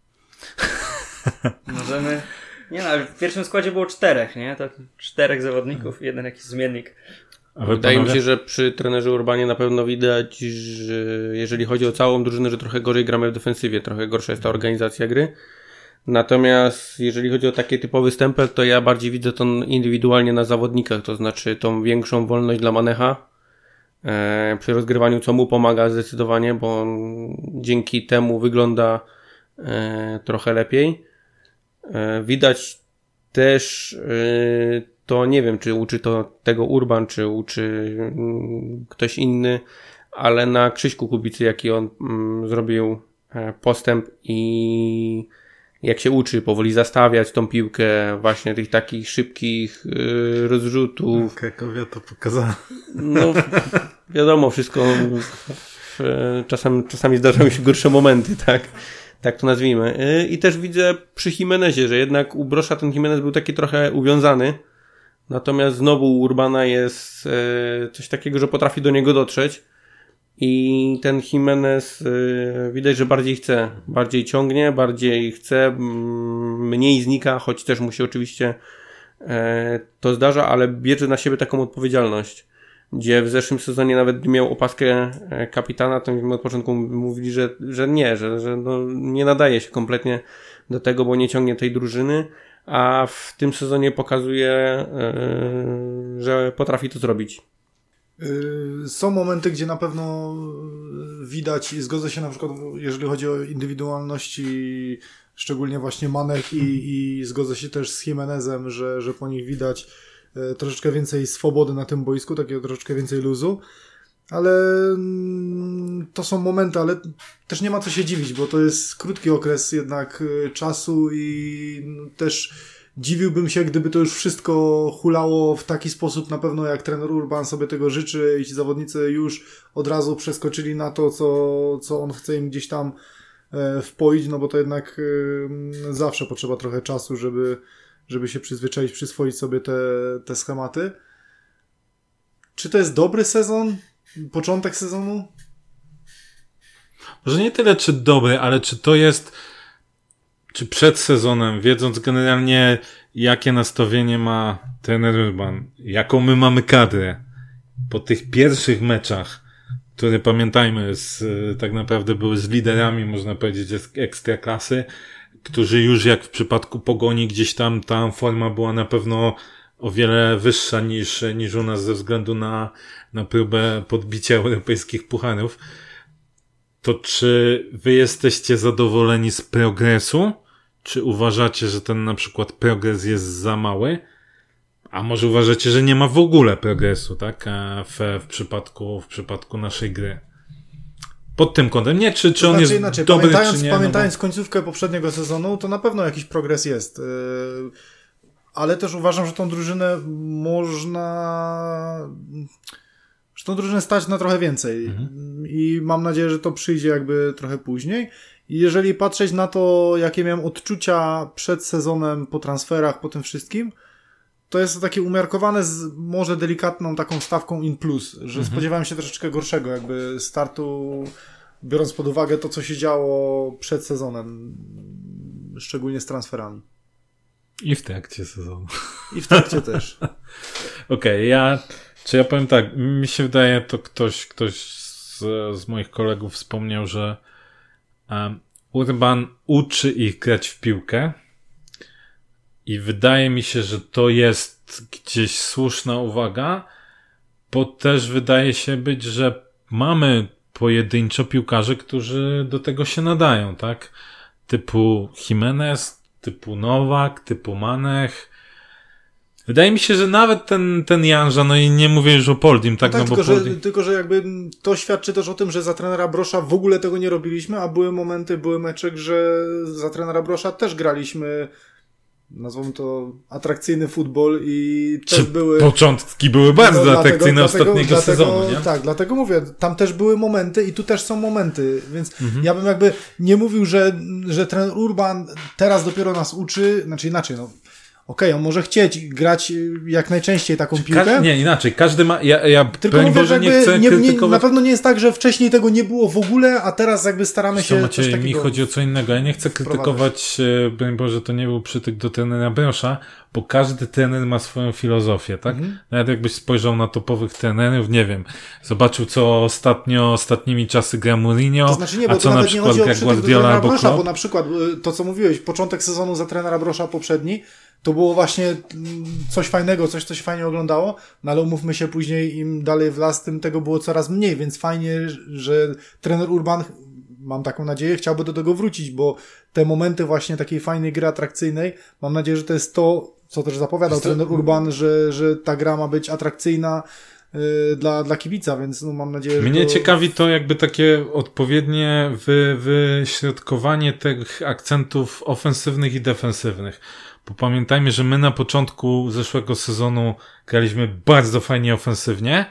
Możemy... Nie no, ale w pierwszym składzie było 4, nie? To 4 zawodników, jeden jakiś zmiennik. Wydaje mi się, że przy trenerze Urbanie na pewno widać, że jeżeli chodzi o całą drużynę, że trochę gorzej gramy w defensywie, trochę gorsza jest ta organizacja gry. Natomiast jeżeli chodzi o takie typowy stempel, to ja bardziej widzę to indywidualnie na zawodnikach, to znaczy tą większą wolność dla Manecha przy rozgrywaniu, co mu pomaga zdecydowanie, bo on dzięki temu wygląda trochę lepiej. Widać też to, nie wiem, czy uczy to tego Urban, czy uczy ktoś inny, ale na Krzyśku Kubicy, jaki on zrobił postęp i jak się uczy powoli zastawiać tą piłkę, właśnie tych takich szybkich rozrzutów. Krakowia to pokazała. No, wiadomo, wszystko czasami zdarzają się gorsze momenty, tak? Tak to nazwijmy. I też widzę przy Jimenezie, że jednak u Brosza ten Jimenez był taki trochę uwiązany, natomiast znowu u Urbana jest coś takiego, że potrafi do niego dotrzeć i ten Jimenez widać, że bardziej chce, bardziej ciągnie, bardziej chce, mniej znika, choć też mu się oczywiście to zdarza, ale bierze na siebie taką odpowiedzialność, gdzie w zeszłym sezonie nawet miał opaskę kapitana, to mi od początku mówili, że nie, że no nie nadaje się kompletnie do tego, bo nie ciągnie tej drużyny, a w tym sezonie pokazuje, że potrafi to zrobić. Są momenty, gdzie na pewno widać i zgodzę się na przykład, jeżeli chodzi o indywidualności, szczególnie właśnie Manek i zgodzę się też z Jimenezem, że po nich widać troszeczkę więcej swobody na tym boisku, takiego troszeczkę więcej luzu, ale to są momenty, ale też nie ma co się dziwić, bo to jest krótki okres jednak czasu i też dziwiłbym się, gdyby to już wszystko hulało w taki sposób na pewno, jak trener Urban sobie tego życzy i ci zawodnicy już od razu przeskoczyli na to, co on chce im gdzieś tam wpoić, no bo to jednak zawsze potrzeba trochę czasu, żeby się przyzwyczaić, przyswoić sobie te schematy. Czy to jest dobry sezon? Początek sezonu? Może nie tyle, czy dobry, ale czy to jest, czy przed sezonem, wiedząc generalnie, jakie nastawienie ma trener Urban, jaką my mamy kadrę po tych pierwszych meczach, które pamiętajmy, tak naprawdę były z liderami, można powiedzieć, ekstraklasy, którzy już jak w przypadku Pogoni gdzieś tam ta forma była na pewno o wiele wyższa niż u nas ze względu na próbę podbicia europejskich pucharów. To czy wy jesteście zadowoleni z progresu? Czy uważacie, że ten na przykład progres jest za mały? A może uważacie, że nie ma w ogóle progresu, tak? W przypadku naszej gry. Pod tym kątem. Nie, czy on jest inaczej, dobry, czy nie. Pamiętając końcówkę poprzedniego sezonu, to na pewno jakiś progres jest. Ale też uważam, że tą drużynę że tą drużynę stać na trochę więcej. I mam nadzieję, że to przyjdzie jakby trochę później. I jeżeli patrzeć na to, jakie miałem odczucia przed sezonem, po transferach, po tym wszystkim, to jest to takie umiarkowane z może delikatną taką stawką in plus, że spodziewałem się troszeczkę gorszego jakby startu, biorąc pod uwagę to, co się działo przed sezonem, szczególnie z transferami. I w trakcie sezonu. I w trakcie też. Okej, ja powiem tak, mi się wydaje, to ktoś z moich kolegów wspomniał, że Urban uczy ich grać w piłkę i wydaje mi się, że to jest gdzieś słuszna uwaga, bo też wydaje się być, że mamy pojedynczo piłkarzy, którzy do tego się nadają, tak? Typu Jimenez, typu Nowak, typu Manech. Wydaje mi się, że nawet ten Janża, no i nie mówię już o Poldim, tak? No tak, tylko, że jakby to świadczy też o tym, że za trenera Brosza w ogóle tego nie robiliśmy, a były mecze, że za trenera Brosza też graliśmy nazwijmy to, atrakcyjny futbol i też były... Początki były bardzo atrakcyjne ostatniego sezonu, nie? Tak, dlatego mówię, tam też były momenty i tu też są momenty, więc ja bym jakby nie mówił, że trener Urban teraz dopiero nas uczy, znaczy inaczej, no okej, on może chcieć grać jak najczęściej taką piłkę. Nie, inaczej. Każdy ma... Ja tylko mówię, że nie chcę krytykować... Na pewno nie jest tak, że wcześniej tego nie było w ogóle, a teraz jakby staramy się Maciej, coś takiego... Mi chodzi o co innego. Ja nie chcę krytykować, broń Boże, to nie był przytyk do trenera Brosza, bo każdy trener ma swoją filozofię, tak? Nawet jakbyś spojrzał na topowych trenerów, nie wiem, zobaczył co ostatnimi czasy gra Mourinho, to znaczy nie, bo a co na przykład gra Guardiola albo Klopp. Bo na przykład to, co mówiłeś, początek sezonu za trenera Brosza poprzedni, to było właśnie coś fajnego, coś się fajnie oglądało, no ale umówmy się, później im dalej w las, tym tego było coraz mniej, więc fajnie, że trener Urban, mam taką nadzieję, chciałby do tego wrócić, bo te momenty właśnie takiej fajnej gry atrakcyjnej, mam nadzieję, że to jest to, co też zapowiadał trener Urban, że ta gra ma być atrakcyjna dla kibica, więc no mam nadzieję, że Mnie ciekawi to jakby takie odpowiednie wyśrodkowanie tych akcentów ofensywnych i defensywnych. Bo pamiętajmy, że my na początku zeszłego sezonu graliśmy bardzo fajnie ofensywnie.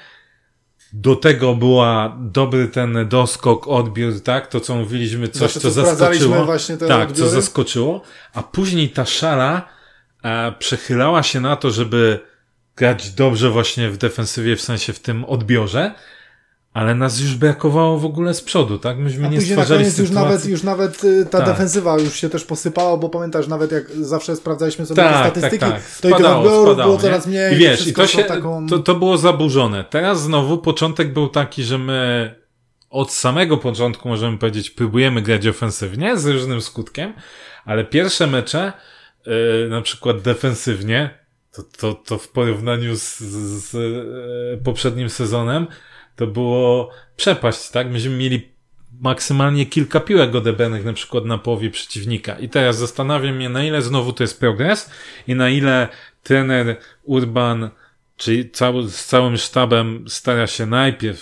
Do tego była dobry ten doskok, odbiór, tak? To co mówiliśmy, coś co zaskoczyło. Właśnie te tak, odbiory. co zaskoczyło. A później ta szala przechylała się na to, żeby grać dobrze właśnie w defensywie, w sensie w tym odbiorze. Ale nas już brakowało w ogóle z przodu, tak? Myśmy nie stwarzali sytuacji. Już nawet ta defensywa już się też posypała, bo pamiętasz, nawet jak zawsze sprawdzaliśmy sobie te statystyki, to i tych odbiorów było coraz mniej. I wiesz, to było zaburzone. Teraz znowu początek był taki, że my od samego początku, możemy powiedzieć, próbujemy grać ofensywnie z różnym skutkiem, ale pierwsze mecze, na przykład defensywnie, to w porównaniu z poprzednim sezonem, to było przepaść, tak? Myśmy mieli maksymalnie kilka piłek odebranych na przykład na połowie przeciwnika. I teraz zastanawiam mnie, na ile znowu to jest progres i na ile trener Urban, czyli z całym sztabem stara się najpierw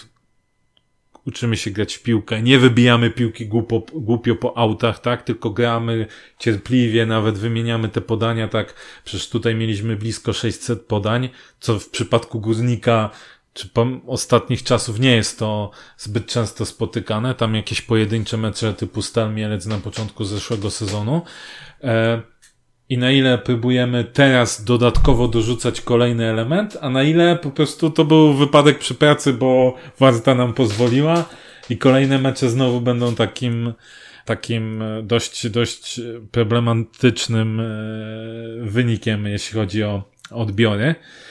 uczymy się grać w piłkę, nie wybijamy piłki głupio po autach, tak? Tylko gramy cierpliwie, nawet wymieniamy te podania, tak? Przecież tutaj mieliśmy blisko 600 podań, co w przypadku Górnika czy ostatnich czasów nie jest to zbyt często spotykane. Tam jakieś pojedyncze mecze typu Stal Mielec na początku zeszłego sezonu. I na ile próbujemy teraz dodatkowo dorzucać kolejny element, a na ile po prostu to był wypadek przy pracy, bo Warta nam pozwoliła i kolejne mecze znowu będą takim dość problematycznym wynikiem, jeśli chodzi o odbiory.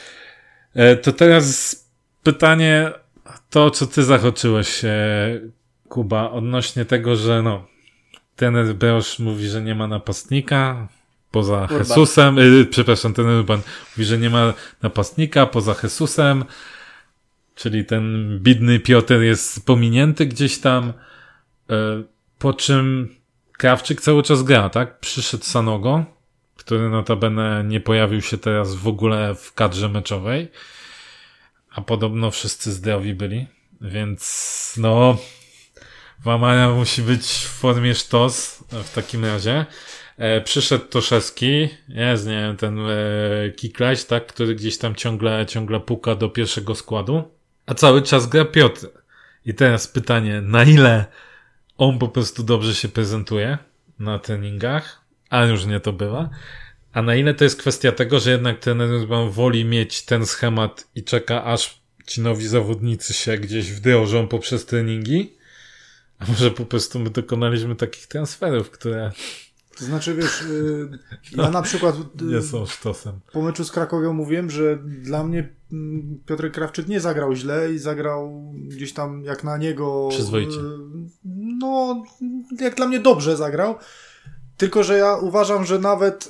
To teraz pytanie, to co ty zahaczyłeś, Kuba, odnośnie tego, że trener Brosz mówi, że nie ma napastnika poza Urban. Jesusem, trener Urban mówi, że nie ma napastnika poza Jesusem, czyli ten biedny Piotr jest pominięty gdzieś tam, po czym Krawczyk cały czas gra, tak? Przyszedł Sanogo, który notabene nie pojawił się teraz w ogóle w kadrze meczowej, a podobno wszyscy zdrowi byli, więc Wamara musi być w formie sztos w takim razie. Przyszedł Toszewski, jest, nie wiem, ten Kiklajs, tak, który gdzieś tam ciągle puka do pierwszego składu, a cały czas gra Piotr. I teraz pytanie, na ile on po prostu dobrze się prezentuje na treningach, a różnie to bywa, a na ile to jest kwestia tego, że jednak trener woli mieć ten schemat i czeka, aż ci nowi zawodnicy się gdzieś wdrożą poprzez treningi, a może po prostu my dokonaliśmy takich transferów, które... To znaczy, wiesz, ja na przykład nie są sztosem. Po meczu z Krakowią mówiłem, że dla mnie Piotr Krawczyk nie zagrał źle i zagrał gdzieś tam jak na niego... Przyzwoicie. Jak dla mnie dobrze zagrał. Tylko, że ja uważam, że nawet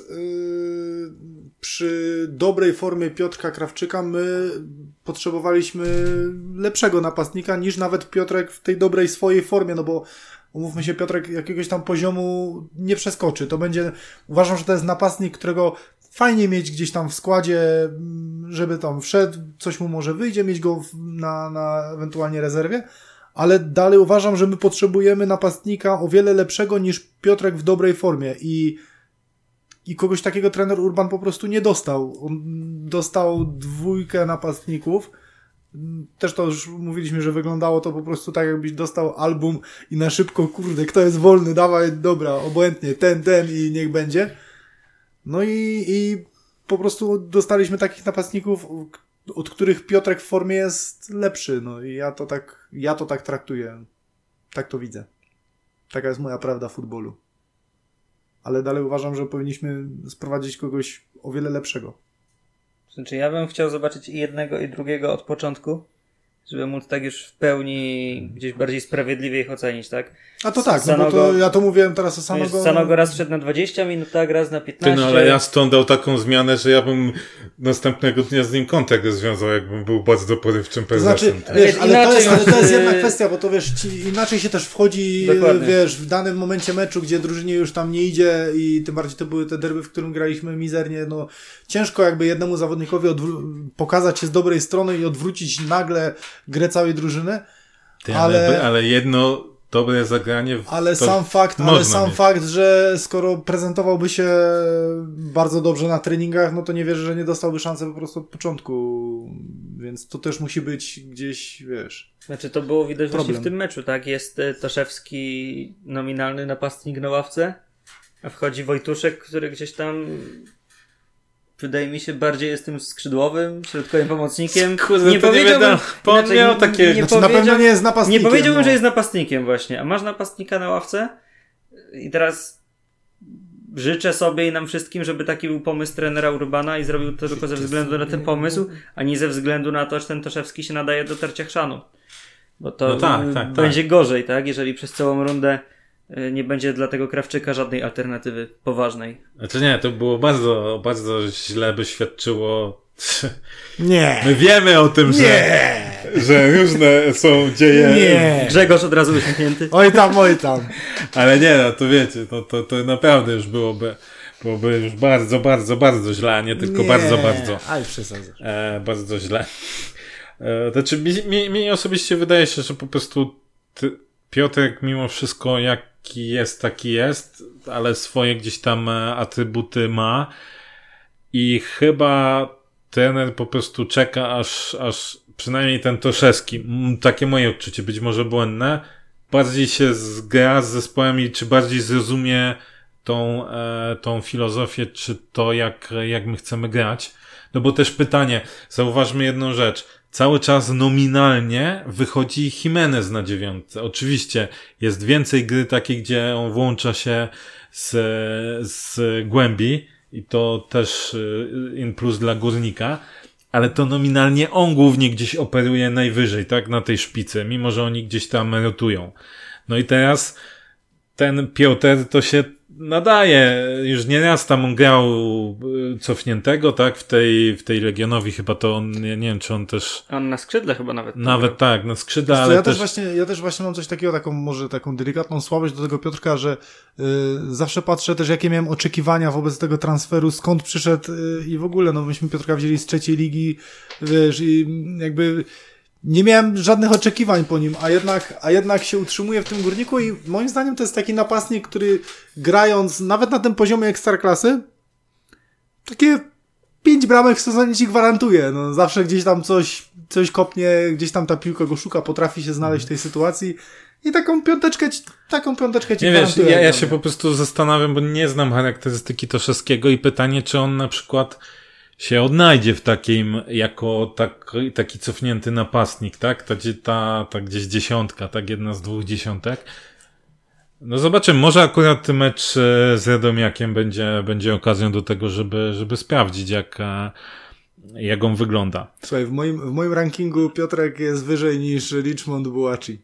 przy dobrej formie Piotrka Krawczyka my potrzebowaliśmy lepszego napastnika niż nawet Piotrek w tej dobrej swojej formie, bo umówmy się, Piotrek jakiegoś tam poziomu nie przeskoczy. To będzie, uważam, że to jest napastnik, którego fajnie mieć gdzieś tam w składzie, żeby tam wszedł, coś mu może wyjdzie, mieć go na ewentualnie rezerwie, ale dalej uważam, że my potrzebujemy napastnika o wiele lepszego niż Piotrek w dobrej formie i i kogoś takiego trener Urban po prostu nie dostał. On dostał 2 napastników. Też to już mówiliśmy, że wyglądało to po prostu tak, jakbyś dostał album i na szybko, kurde, kto jest wolny, dawaj, dobra, obojętnie, ten i niech będzie. No i po prostu dostaliśmy takich napastników, od których Piotrek w formie jest lepszy. No i ja to tak traktuję. Tak to widzę. Taka jest moja prawda futbolu. Ale dalej uważam, że powinniśmy sprowadzić kogoś o wiele lepszego. Znaczy ja bym chciał zobaczyć i jednego i drugiego od początku, żeby móc tak już w pełni gdzieś bardziej sprawiedliwie ich ocenić, tak? A to tak, no bo to ja to mówiłem teraz o Sanogo. Sanogo raz wszedł na 20 minut, tak, raz na 15. No ale Jaston dał taką zmianę, że ja bym następnego dnia z nim kontakt związał, jakbym był bardzo porywczym prezesem. Znaczy, tak? wiesz, ale to jest jedna kwestia, bo to wiesz, inaczej się też wchodzi, Dokładnie. wiesz, w danym momencie meczu, gdzie drużynie już tam nie idzie i tym bardziej to były te derby, w którym graliśmy mizernie, no ciężko jakby jednemu zawodnikowi pokazać się z dobrej strony i odwrócić nagle grę całej drużyny. Ale jedno dobre zagranie ale sam fakt, że skoro prezentowałby się bardzo dobrze na treningach, no to nie wierzę, że nie dostałby szansy po prostu od początku, więc to też musi być gdzieś, wiesz. Znaczy to było widać właśnie w tym meczu, tak? Jest Toszewski nominalny napastnik na ławce, a wchodzi Wojtuszek, który gdzieś tam wydaje mi się bardziej jest tym skrzydłowym, środkowym pomocnikiem. Kurde, nie powiedziałbym, bo on miał takie... Znaczy, na pewno nie jest napastnikiem. Nie powiedziałbym, że jest napastnikiem właśnie, a masz napastnika na ławce i teraz życzę sobie i nam wszystkim, żeby taki był pomysł trenera Urbana i zrobił to tylko ze względu na ten pomysł, a nie ze względu na to, że ten Toszewski się nadaje do tarcia chrzanu. Bo to będzie gorzej, tak? Jeżeli przez całą rundę nie będzie dla tego Krawczyka żadnej alternatywy poważnej. Znaczy nie, to było bardzo, bardzo źle by świadczyło. Nie. My wiemy o tym, że różne są dzieje. Nie. Grzegorz od razu uśmiechnięty. Oj tam. Ale nie, no to wiecie, to naprawdę już byłoby już bardzo, bardzo, bardzo źle, a nie tylko bardzo, bardzo. Ale przesadzasz. Bardzo źle. Znaczy mi osobiście wydaje się, że po prostu Piotrek mimo wszystko jaki jest, taki jest, ale swoje gdzieś tam atrybuty ma i chyba trener po prostu czeka, aż przynajmniej ten Toszewski, takie moje odczucie, być może błędne, bardziej się zgra z zespołami, czy bardziej zrozumie tą filozofię, czy to jak my chcemy grać. No bo też pytanie, zauważmy jedną rzecz, cały czas nominalnie wychodzi Jimenez na 9. Oczywiście jest więcej gry takiej, gdzie on włącza się z głębi i to też in plus dla Górnika, ale to nominalnie on głównie gdzieś operuje najwyżej, tak, na tej szpicy, mimo że oni gdzieś tam rotują. No i teraz ten Piotr to się nadaje, już nieraz tam on grał cofniętego, tak, w tej Legionowi chyba to on, nie wiem, czy on też... On na skrzydle chyba nawet. Nawet tak, na skrzydle, ale ja też właśnie mam coś takiego, taką delikatną słabość do tego Piotrka, że zawsze patrzę też, jakie miałem oczekiwania wobec tego transferu, skąd przyszedł i w ogóle, no myśmy Piotrka wzięli z 3. ligi, wiesz, i jakby nie miałem żadnych oczekiwań po nim, a jednak się utrzymuje w tym Górniku i moim zdaniem to jest taki napastnik, który grając nawet na tym poziomie ekstraklasy, takie 5 bramek w sezonie ci gwarantuje. No, zawsze gdzieś tam coś kopnie, gdzieś tam ta piłka go szuka, potrafi się znaleźć w tej sytuacji i taką piąteczkę ci nie gwarantuje. Wiesz, ja się po prostu zastanawiam, bo nie znam charakterystyki Toszewskiego i pytanie, czy on na przykład się odnajdzie w takim, jako taki cofnięty napastnik, tak? Ta gdzieś 10, tak? Jedna z 2 dziesiątek. No zobaczymy, może akurat ten mecz z Radomiakiem będzie okazją do tego, żeby sprawdzić, jak on wygląda. Słuchaj, w moim rankingu Piotrek jest wyżej niż Richmond Bułaci.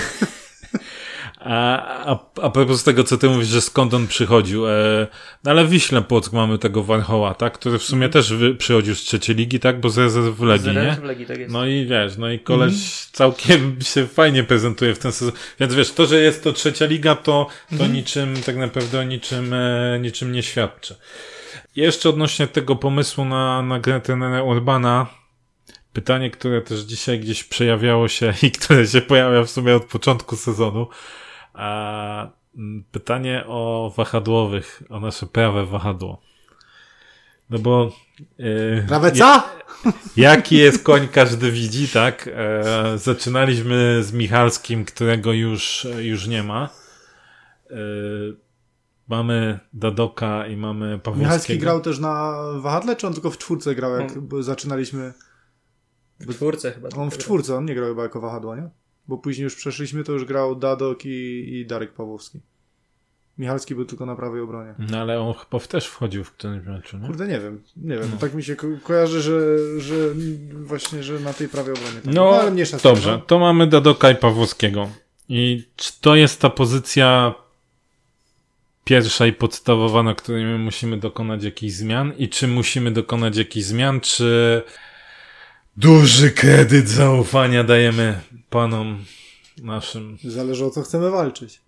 A propos tego, co ty mówisz, że skąd on przychodził, no ale w Wiśle Płock mamy tego Warchoła, tak, który w sumie też przychodził z 3. ligi, tak, bo z rezerw w Legii, nie? W Legii, tak jest. No i wiesz, no i koleś całkiem się fajnie prezentuje w ten sezon, więc wiesz, to, że jest to 3. liga, to niczym, tak naprawdę o niczym nie świadczy. Jeszcze odnośnie tego pomysłu na grę trenera Urbana, pytanie, które też dzisiaj gdzieś przejawiało się i które się pojawia w sumie od początku sezonu, pytanie o wahadłowych, o nasze prawe wahadło. No bo... Prawe co? Jaki jest koń, każdy widzi, tak? Zaczynaliśmy z Michalskim, którego już nie ma. Mamy Dadoka i mamy Pawłowskiego. Michalski grał też na wahadle, czy on tylko w czwórce grał, jak zaczynaliśmy? W czwórce chyba. On w czwórce, on nie grał chyba jako wahadło, nie? Bo później już przeszliśmy, to już grał Dadok i Darek Pawłowski. Michalski był tylko na prawej obronie. No ale on chyba też wchodził w którymś meczu, nie? Kurde, nie wiem. No. Tak mi się kojarzy, że właśnie, że na tej prawej obronie. Tak. No, ale mniejsza dobrze. sprawa. To mamy Dadoka i Pawłowskiego. I czy to jest ta pozycja pierwsza i podstawowa, na której my musimy dokonać jakichś zmian? I czy musimy dokonać jakichś zmian, czy duży kredyt zaufania dajemy panom naszym? Zależy, o co chcemy walczyć.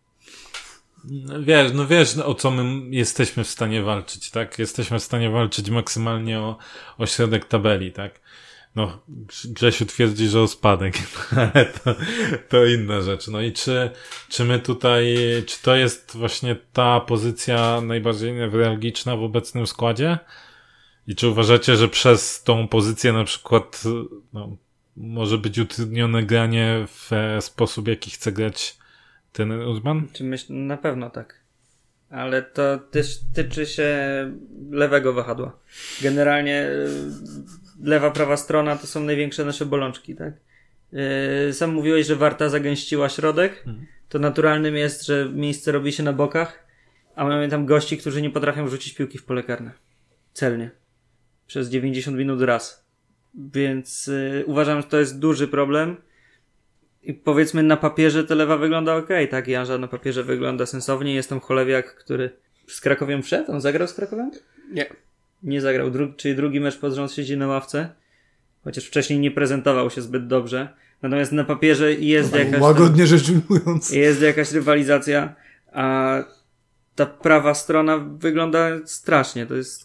Wiesz, o co my jesteśmy w stanie walczyć, tak? Jesteśmy w stanie walczyć maksymalnie o środek tabeli, tak? No, Grzesiu twierdzi, że o spadek, ale to inna rzecz. No i czy my tutaj, czy to jest właśnie ta pozycja najbardziej newralgiczna w obecnym składzie? I czy uważacie, że przez tą pozycję na przykład może być utrudnione granie w sposób, jaki chce grać ten Urban? Na pewno tak. Ale to też tyczy się lewego wahadła. Generalnie lewa, prawa strona to są największe nasze bolączki, tak? Sam mówiłeś, że Warta zagęściła środek. To naturalnym jest, że miejsce robi się na bokach, a mamy tam gości, którzy nie potrafią rzucić piłki w pole karne. Celnie. Przez 90 minut raz. Więc uważam, że to jest duży problem. I powiedzmy na papierze to lewa wygląda okej, tak? Janża na papierze wygląda sensownie. Jest tam Cholewiak, który z Krakowią wszedł? On zagrał z Krakowią? Nie. Nie zagrał. Czyli drugi mecz pod rząd siedzi na ławce. Chociaż wcześniej nie prezentował się zbyt dobrze. Natomiast na papierze jest jakaś... Łagodnie rzecz ujmując. Jest jakaś rywalizacja, a ta prawa strona wygląda strasznie. To jest...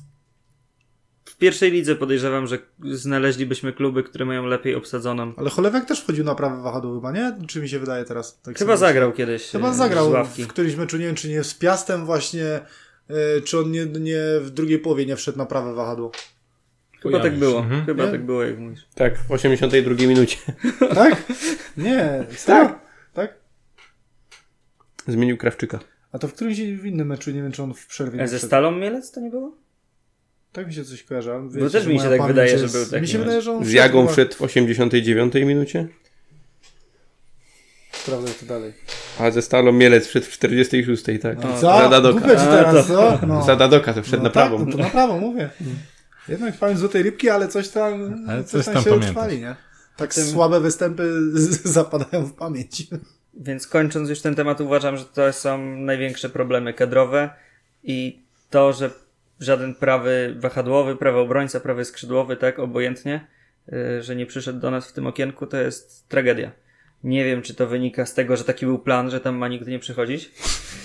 W pierwszej lidze podejrzewam, że znaleźlibyśmy kluby, które mają lepiej obsadzoną. Ale Cholewiak też wchodził na prawe wahadło chyba, nie? Czy mi się wydaje teraz? Tak chyba zagrał kiedyś. Chyba zagrał w którymś meczu, nie wiem, czy nie z Piastem właśnie, czy on nie w drugiej połowie nie wszedł na prawe wahadło. Chyba tak było. Chyba tak było, jak mówisz. Tak, w 82 minucie. Tak? Nie. Tak? Zmienił Krawczyka. A to w którymś innym meczu, nie wiem, czy on w przerwie nie Ze wszedł. Stalą Mielec to nie było? Tak mi się coś kojarzy. Bo też mi się tak wydaje, że był taki. Mi się wydaje, że on Z Jagą wszedł w 89 minucie. Sprawdzę to dalej. A ze Stalą Mielec wszedł w 46, tak. Co? Za Dadoka. Głupio ci teraz, co? No. Za Dadoka to wszedł na prawą. Tak, no to na prawą, mówię. Jednak pamięć złotej rybki, ale coś tam się utrwali, nie? Tak słabe występy zapadają w pamięć. Więc kończąc już ten temat, uważam, że to są największe problemy kadrowe i to, że żaden prawy wahadłowy, prawy obrońca, prawy skrzydłowy, tak, obojętnie, że nie przyszedł do nas w tym okienku, to jest tragedia. Nie wiem, czy to wynika z tego, że taki był plan, że tam ma nigdy nie przychodzić.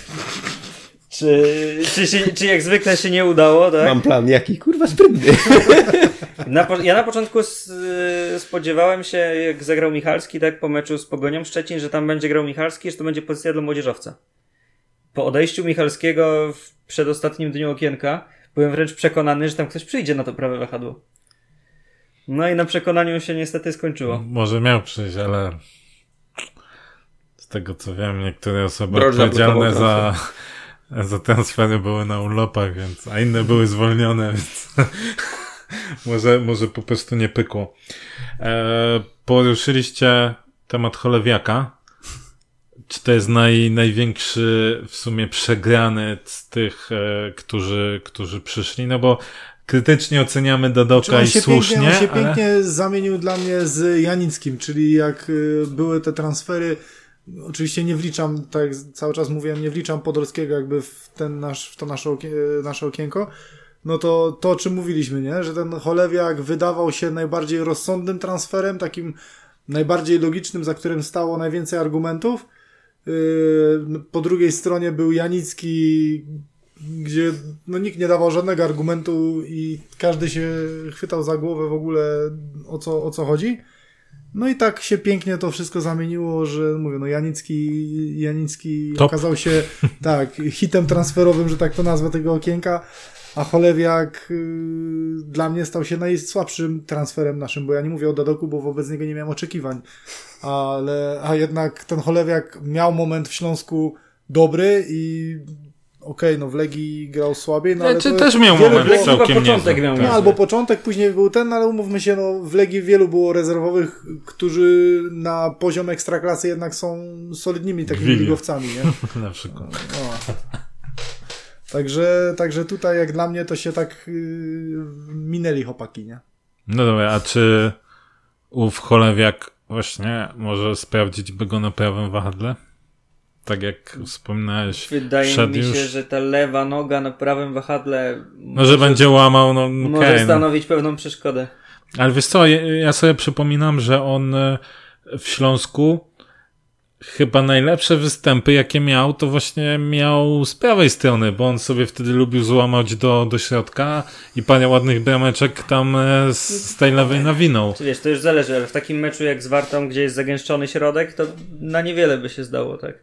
Czy jak zwykle się nie udało, tak? Mam plan, jaki kurwa sprytny. Ja na początku spodziewałem się, jak zagrał Michalski, tak, po meczu z Pogonią Szczecin, że tam będzie grał Michalski, że to będzie pozycja dla młodzieżowca. Po odejściu Michalskiego w przedostatnim dniu okienka byłem wręcz przekonany, że tam ktoś przyjdzie na to prawe wahadło. No i na przekonaniu się niestety skończyło. Może miał przyjść, ale z tego co wiem, niektóre osoby odpowiedzialne za transfery były na urlopach, a inne były zwolnione, więc może po prostu nie pykło. Poruszyliście temat Cholewiaka. Czy to jest największy w sumie przegrany z tych, którzy przyszli? No bo krytycznie oceniamy Dadoka i słusznie. On się pięknie zamienił dla mnie z Janickim, czyli jak były te transfery, oczywiście nie wliczam, tak jak cały czas mówiłem, nie wliczam Podolskiego jakby w to nasze okienko, no to o czym mówiliśmy, nie? Że ten Cholewiak wydawał się najbardziej rozsądnym transferem, takim najbardziej logicznym, za którym stało najwięcej argumentów. Po drugiej stronie był Janicki, gdzie nikt nie dawał żadnego argumentu i każdy się chwytał za głowę w ogóle o co chodzi. No i tak się pięknie to wszystko zamieniło, że mówię, Janicki okazał się tak hitem transferowym, że tak to nazwę tego okienka. a Cholewiak dla mnie stał się najsłabszym transferem naszym, bo ja nie mówię o Dadoku, bo wobec niego nie miałem oczekiwań, a jednak ten Cholewiak miał moment w Śląsku dobry i no w Legii grał słabiej, no ale to też miał moment całkiem początek miał. No, albo początek, później był ten, ale umówmy się, no w Legii wielu było rezerwowych, którzy na poziom ekstraklasy jednak są solidnymi takimi ligowcami, nie? Na przykład. No. Także tutaj jak dla mnie to się tak minęli chłopaki, nie? No dobra, a czy ów Cholewiak właśnie może sprawdzić by go na prawym wahadle? Tak jak wspominałeś, wydaje mi się, że ta lewa noga na prawym wahadle że będzie łamał, może stanowić pewną przeszkodę. Ale wiesz co, ja sobie przypominam, że on w Śląsku chyba najlepsze występy, jakie miał, to właśnie miał z prawej strony, bo on sobie wtedy lubił złamać do środka i parę ładnych brameczek tam z tej lewej nawinął. Wiesz, to już zależy, ale w takim meczu jak z Wartą, gdzie jest zagęszczony środek, to na niewiele by się zdało, tak?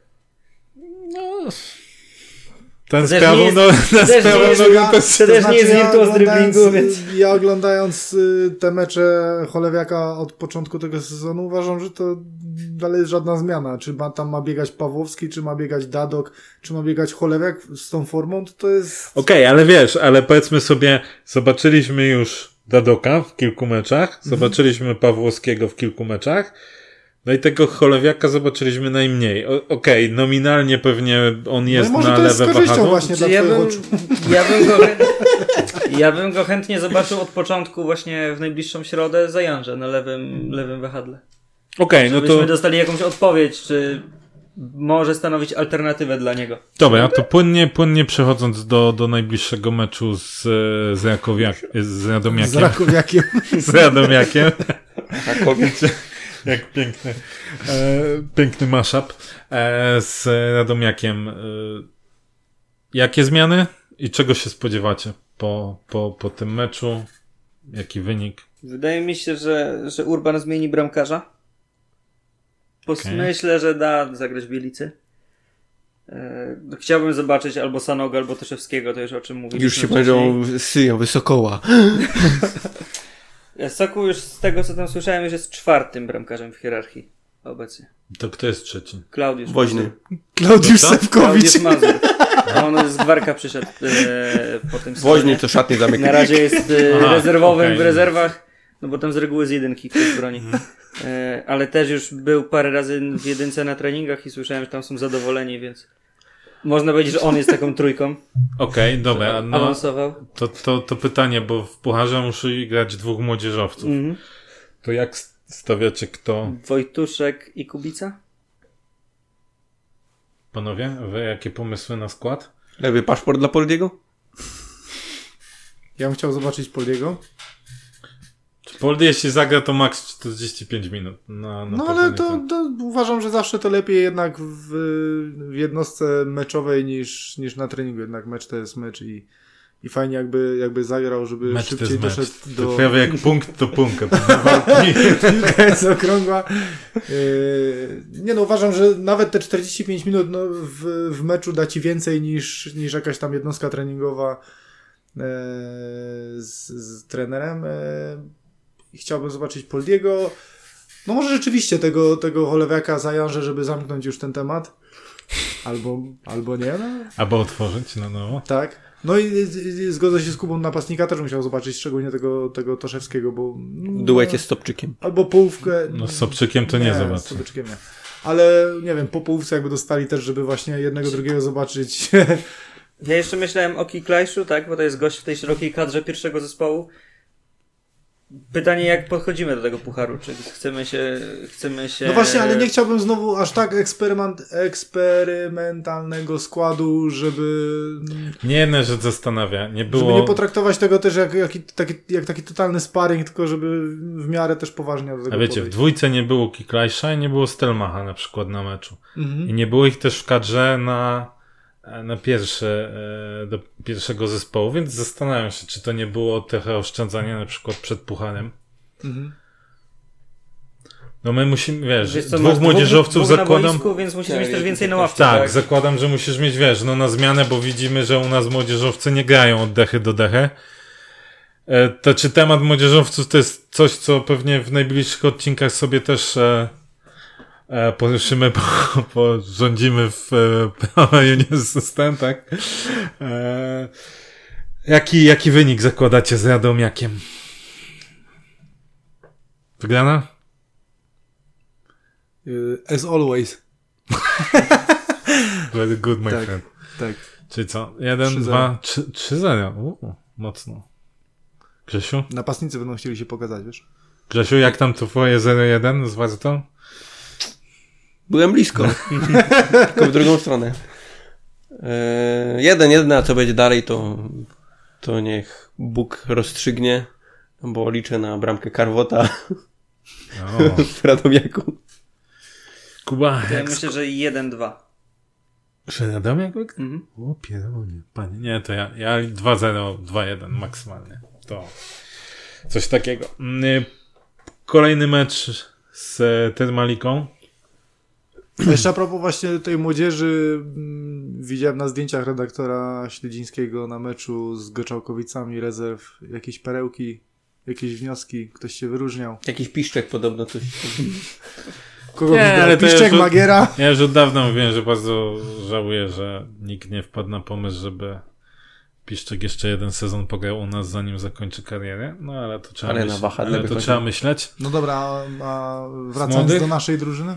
Ten sprawą, to też nie jest wirtuoz driblingu, więc... Ja oglądając te mecze Cholewiaka od początku tego sezonu uważam, że to dalej jest żadna zmiana. Czy tam ma biegać Pawłowski, czy ma biegać Dadok, czy ma biegać Cholewiak z tą formą, to jest... Okej, ale wiesz, ale powiedzmy sobie, zobaczyliśmy już Dadoka w kilku meczach, zobaczyliśmy Pawłowskiego w kilku meczach, no i tego Cholewiaka zobaczyliśmy najmniej. Okej, nominalnie pewnie on jest na lewe wahadło. Właśnie dla ja bym go chętnie zobaczył od początku właśnie w najbliższą środę za Janże na lewym wahadle. Okej, no to... Żebyśmy dostali jakąś odpowiedź, czy może stanowić alternatywę dla niego. Dobra, to płynnie przechodząc do najbliższego meczu z Radomiakiem. Z Rakowiakiem. Z Radomiakiem. Jak piękny mashup z Radomiakiem. Jakie zmiany i czego się spodziewacie po tym meczu? Jaki wynik? Wydaje mi się, że Urban zmieni bramkarza. Myślę, że da zagrać Bielicy. Chciałbym zobaczyć albo Sanoga, albo Toszewskiego, to już o czym mówiliśmy. Już się powiedział Syją Wysokoła. Sokół już z tego, co tam słyszałem, już jest 4. bramkarzem w hierarchii obecnie. To kto jest 3? Klaudiusz Woźny. Klaudiusz Sewkowicz. Klaudiusz Mazur. On z Gwarka przyszedł po tym sezonie. Woźny to szatnie zamyka. Na razie jest rezerwowym w rezerwach, no bo tam z reguły z jedynki ktoś broni. Ale też już był parę razy w jedynce na treningach i słyszałem, że tam są zadowoleni, więc można powiedzieć, że on jest taką trójką. Okej, dobra. No, awansował. To pytanie, bo w Pucharze musi grać 2 młodzieżowców. To jak stawiacie kto? Wojtuszek i Kubica? Panowie, wy jakie pomysły na skład? Lewy paszport dla Poldiego? Ja bym chciał zobaczyć Poldiego. Poldi jeśli zagra to maks 45 minut. No ale to uważam, że zawsze to lepiej jednak w jednostce meczowej niż na treningu. Jednak mecz to jest mecz i fajnie jakby zagrał, żeby mecz szybciej doszedł do... To prawie jak punkt to punkt. Piłka jest okrągła. Uważam, że nawet te 45 minut w meczu da ci więcej niż jakaś tam jednostka treningowa z trenerem. Chciałbym zobaczyć Poldiego. No może rzeczywiście tego Cholewiaka zajarze, żeby zamknąć już ten temat. Albo nie. No. Albo otworzyć na nowo. Tak. No i zgodzę się z Kubą, napastnika też musiał zobaczyć, szczególnie tego Toszewskiego, bo... W duecie z Sobczykiem. Albo połówkę... No z Sobczykiem to nie zobaczy. Z Sobczykiem nie. Ale nie wiem, po połówce jakby dostali też, żeby właśnie jednego, drugiego zobaczyć. Ja jeszcze myślałem o Kiklajszu, tak, bo to jest gość w tej szerokiej kadrze pierwszego zespołu. Pytanie, jak podchodzimy do tego pucharu? Czy chcemy się... No właśnie, ale nie chciałbym znowu aż tak eksperymentalnego składu, żeby... Nie jedna rzecz zastanawia. Nie było... Żeby nie potraktować tego też jak taki totalny sparring, tylko żeby w miarę też poważnie do tego A wiecie, podejść. w dwójce nie było Kiklajsza i nie było Stelmacha na przykład na meczu. I nie było ich też w kadrze na do pierwszego zespołu, więc zastanawiam się, czy to nie było trochę oszczędzania na przykład przed pucharem. No my musimy, wiesz co, dwóch młodzieżowców dwóch zakładam. na boisku, więc musisz mieć też więcej na ławce. Tak, zakładam, że musisz mieć, wiesz, no na zmianę, bo widzimy, że u nas młodzieżowcy nie grają od dechy do dechy. To czy temat młodzieżowców to jest coś, co pewnie w najbliższych odcinkach sobie też poruszymy, bo rządzimy w Prawa Union System, tak? Jaki wynik zakładacie z Radomiakiem? Wygrana? As always. Very good, my Tak, friend. tak. Czyli co? 1, 3-0. 2, 3-0. Mocno. Grzesiu? Napastnicy będą chcieli się pokazać, wiesz? Grzesiu, jak tam to twoje 0-1 z Wartą? Byłem blisko. Tylko w drugą stronę. 1-1, a co będzie dalej, to niech Bóg rozstrzygnie, bo liczę na bramkę Karwota w Radomiaku. Kuba, Ja myślę, że 1-2. że Radomiak? Mhm. O pieronie, panie. Nie, to ja 2-0, 2-1 maksymalnie. To coś takiego. Kolejny mecz z Termaliką. Jeszcze a propos właśnie tej młodzieży, widziałem na zdjęciach redaktora Śledzińskiego na meczu z Goczałkowicami rezerw jakieś perełki, jakieś wnioski, ktoś się wyróżniał. Jakiś piszczek podobno coś. Kogo Nie, ale to Piszczek, już- Magiera? Ja już od dawna mówiłem, że bardzo żałuję, że nikt nie wpadł na pomysł, żeby Piszczek jeszcze jeden sezon pograł u nas, zanim zakończy karierę. No ale to trzeba, Ale na wahadle ale to wychodzi. trzeba myśleć. No dobra, a wracając młodych? do naszej drużyny?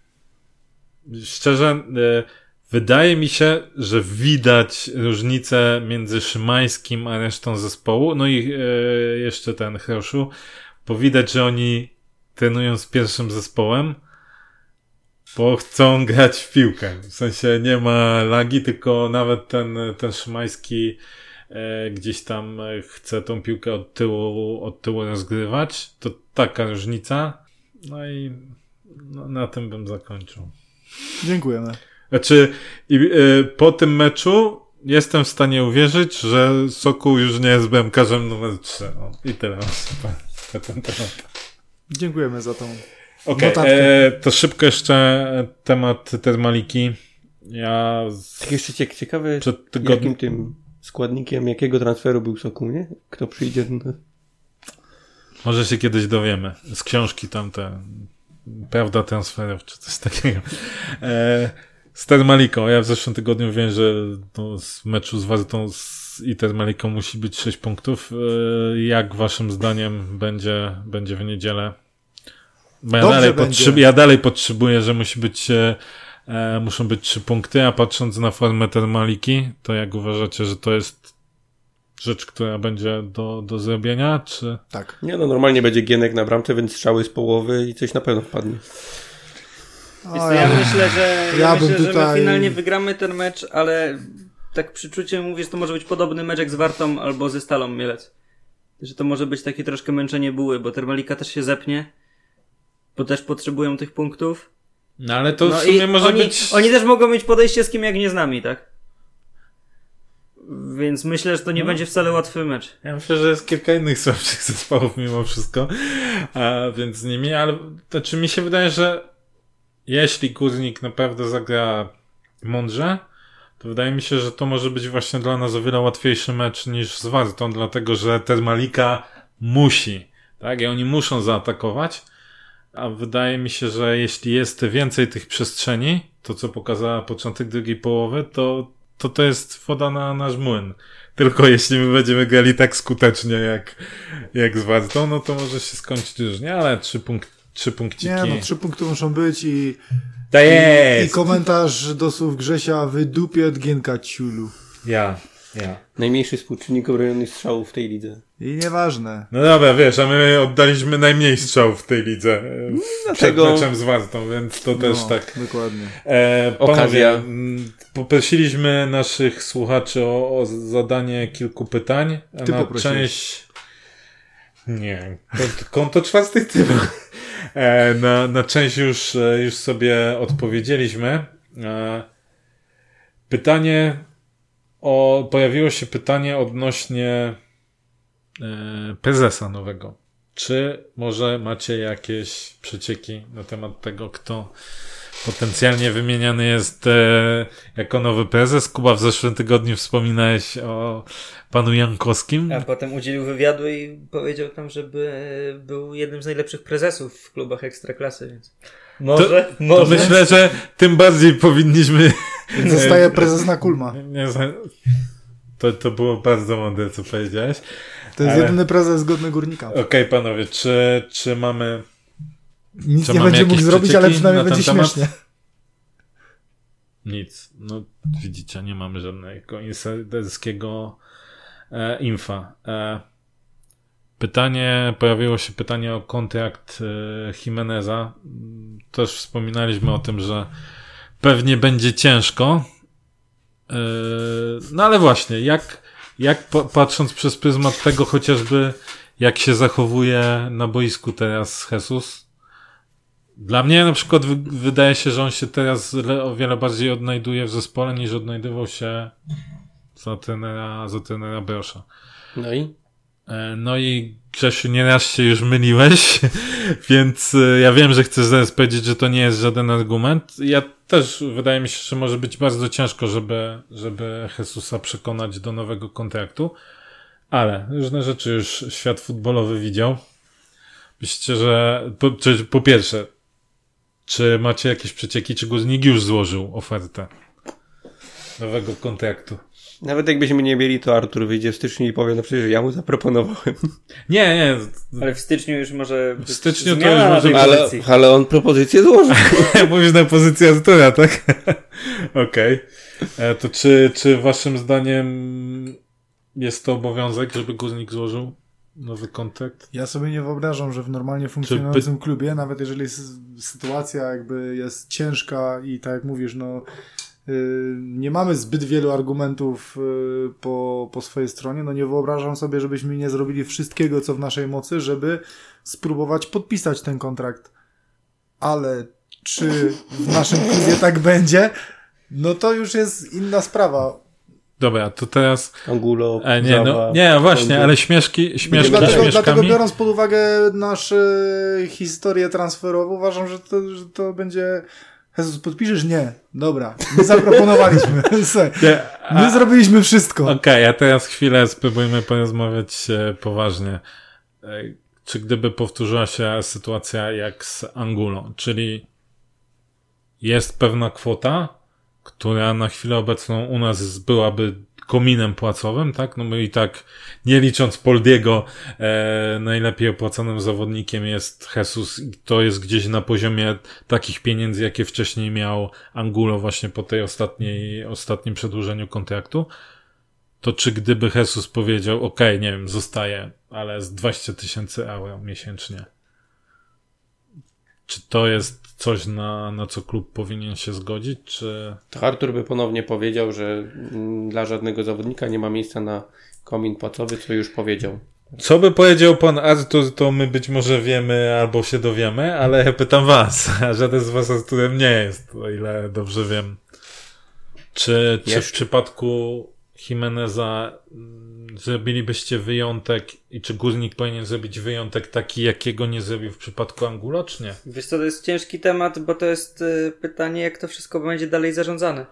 Szczerze, wydaje mi się, że widać różnicę między Szymańskim a resztą zespołu. No i jeszcze ten Hroszu, bo widać, że oni trenują z pierwszym zespołem, bo chcą grać w piłkę. W sensie nie ma lagi, tylko nawet ten Szymański gdzieś tam chce tą piłkę od tyłu rozgrywać. To taka różnica. No i na tym bym zakończył. Dziękujemy. Znaczy, po tym meczu jestem w stanie uwierzyć, że Sokół już nie jest bramkarzem numer 3. I tyle. Na ten temat. Dziękujemy za tą Okej, notatkę. to szybko jeszcze temat Termaliki. Ja Tak jeszcze ciekawe, przed tygodniem... jakim tym składnikiem, jakiego transferu był Sokół, nie? Kto przyjdzie? Może się kiedyś dowiemy. Z książki tamte Prawda transferów, czy coś takiego. Z Termaliką. Ja w zeszłym tygodniu wiem, że z meczu z Wartą i Termaliką musi być 6 punktów. Jak waszym zdaniem będzie w niedzielę? Bo ja dalej potrzebuję, że muszą być 3 punkty, a patrząc na formę Termaliki, to jak uważacie, że to jest rzecz, która będzie do zrobienia, czy... Tak. Nie no, normalnie będzie Gienek na bramce, więc strzały z połowy i coś na pewno wpadnie. Ja myślę, że tutaj- my finalnie wygramy ten mecz, ale tak przyczuciem mówię, że to może być podobny mecz jak z Wartą albo ze Stalą Mielec. Że to może być takie troszkę męczenie buły, bo Termalika też się zepnie, bo też potrzebują tych punktów. No ale to w sumie może być... Oni też mogą mieć podejście z kim jak nie z nami, tak? Więc myślę, że to nie będzie wcale łatwy mecz. Ja myślę, że jest kilka innych słabszych zespołów mimo wszystko, więc z nimi, ale to czy mi się wydaje, że jeśli Górnik naprawdę zagra mądrze, to wydaje mi się, że to może być właśnie dla nas o wiele łatwiejszy mecz niż z Wartą, dlatego że Termalika musi, tak? I oni muszą zaatakować, a wydaje mi się, że jeśli jest więcej tych przestrzeni, to co pokazała początek drugiej połowy, to jest woda na nasz młyn. Tylko jeśli my będziemy grali tak skutecznie jak z Wartą, no to może się skończyć różnie, ale 3 punkciki. Nie, no 3 punkty muszą być i komentarz do słów Grzesia: wydupię od Gienka ciulu. Ja. Najmniejszy współczynnik obronnych strzałów w tej lidze. I nieważne. No dobra, wiesz, a my oddaliśmy najmniej strzałów w tej lidze przed Dlatego- meczem z Wartą, więc to też tak. Dokładnie. Okazja. Panowie, poprosiliśmy naszych słuchaczy o zadanie kilku pytań. A Ty na poprosiłeś. część... Nie, konto czwartych typów. Na część już sobie odpowiedzieliśmy. Pojawiło się pytanie odnośnie prezesa nowego Czy może macie jakieś przecieki na temat tego, kto potencjalnie wymieniany jest jako nowy prezes? Kuba, w zeszłym tygodniu wspominałeś o panu Jankowskim. A potem udzielił wywiadu i powiedział tam, żeby był jednym z najlepszych prezesów w klubach Ekstraklasy, więc może. To myślę, że tym bardziej powinniśmy... Zostaje prezes na Kulma. To było bardzo mądre, co powiedziałeś. To jest jedyny prezes godny Górnika. Okej, panowie, czy mamy... Nic nie będzie mógł zrobić, ale przynajmniej będzie śmiesznie. Nic. No widzicie, nie mamy żadnego insiderskiego infa. Pojawiło się pytanie o kontrakt Jimeneza. Też wspominaliśmy o tym, że pewnie będzie ciężko. No ale właśnie, jak patrząc przez pryzmat tego chociażby, jak się zachowuje na boisku teraz Jesus, dla mnie na przykład wydaje się, że on się teraz o wiele bardziej odnajduje w zespole, niż odnajdywał się za trenera Brosza. No i Grzesiu, nieraz się już myliłeś, więc ja wiem, że chcesz zaraz powiedzieć, że to nie jest żaden argument. Ja też, wydaje mi się, że może być bardzo ciężko, żeby Jesusa przekonać do nowego kontraktu, ale różne rzeczy już świat futbolowy widział. Myślicie, że po pierwsze, czy macie jakieś przecieki, czy Guznik już złożył ofertę nowego kontraktu? Nawet jakbyśmy nie mieli, to Artur wyjdzie w styczniu i powie, no przecież ja mu zaproponowałem. Nie. Ale w styczniu już może... W styczniu to już może być. Ale on propozycję złożył. Mówisz na pozycję Artura, tak? Okej. To czy waszym zdaniem jest to obowiązek, żeby Guznik złożył nowy kontrakt? Ja sobie nie wyobrażam, że w normalnie funkcjonującym klubie, nawet jeżeli sytuacja jakby jest ciężka i tak jak mówisz, no nie mamy zbyt wielu argumentów po swojej stronie, no nie wyobrażam sobie, żebyśmy nie zrobili wszystkiego, co w naszej mocy, żeby spróbować podpisać ten kontrakt. Ale czy w naszym klubie tak będzie? No to już jest inna sprawa. Dobra, to teraz... Angulo, nie, właśnie, ale śmieszki dlatego biorąc pod uwagę naszą historię transferową, uważam, że to będzie... Jesus, podpiszesz? Nie. Dobra. My zaproponowaliśmy. My zrobiliśmy wszystko. Okej, a teraz chwilę spróbujmy porozmawiać poważnie. Czy gdyby powtórzyła się sytuacja jak z Angulą, czyli jest pewna kwota, która na chwilę obecną u nas byłaby kominem płacowym, tak? No my i tak, nie licząc Poldiego, najlepiej opłacanym zawodnikiem jest Jesus i to jest gdzieś na poziomie takich pieniędzy, jakie wcześniej miał Angulo właśnie po tej ostatnim przedłużeniu kontraktu. To czy gdyby Jesus powiedział, okej, nie wiem, zostaje, ale z 20 000 euro miesięcznie, czy to jest coś, na co klub powinien się zgodzić, czy... To Artur by ponownie powiedział, że dla żadnego zawodnika nie ma miejsca na komin płacowy, co już powiedział. Co by powiedział pan Artur, to my być może wiemy albo się dowiemy, ale ja pytam was, a żaden z was Arturem nie jest, o ile dobrze wiem. Czy w przypadku Jimeneza zrobilibyście wyjątek i czy Guznik powinien zrobić wyjątek taki, jakiego nie zrobił w przypadku Angulo, czy nie? Wiesz co, to jest ciężki temat, bo to jest pytanie, jak to wszystko będzie dalej zarządzane.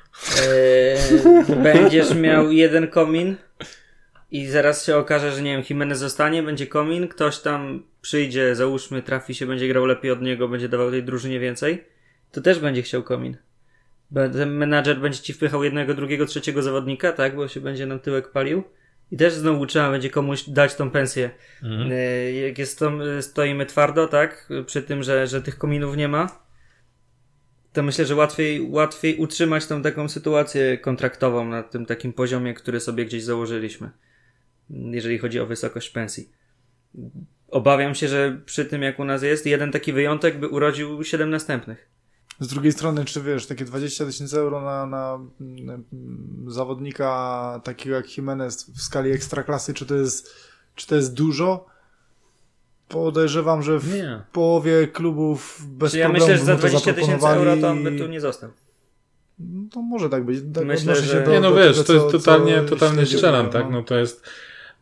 Będziesz miał jeden komin i zaraz się okaże, że nie wiem, Jimenez zostanie, będzie komin, ktoś tam przyjdzie, załóżmy, trafi się, będzie grał lepiej od niego, będzie dawał tej drużynie więcej, to też będzie chciał komin. Ten menadżer będzie ci wpychał jednego, drugiego, trzeciego zawodnika, tak, bo się będzie nam tyłek palił i też znowu trzeba będzie komuś dać tą pensję. Jak stoimy twardo, tak, przy tym, że tych kominów nie ma, to myślę, że łatwiej utrzymać tą taką sytuację kontraktową na tym takim poziomie, który sobie gdzieś założyliśmy, jeżeli chodzi o wysokość pensji. Obawiam się, że przy tym, jak u nas jest, jeden taki wyjątek by urodził 7 następnych. Z drugiej strony, czy wiesz, takie 20 000 euro na zawodnika takiego jak Jimenez w skali ekstraklasy, czy to jest dużo? Podejrzewam, że w połowie klubów bez problemu. Ja myślę, że za 20 000 euro to on by tu nie został. No to może tak być. Tak myślę, że... Nie, no wiesz, to jest totalnie strzelam, tak? No to jest...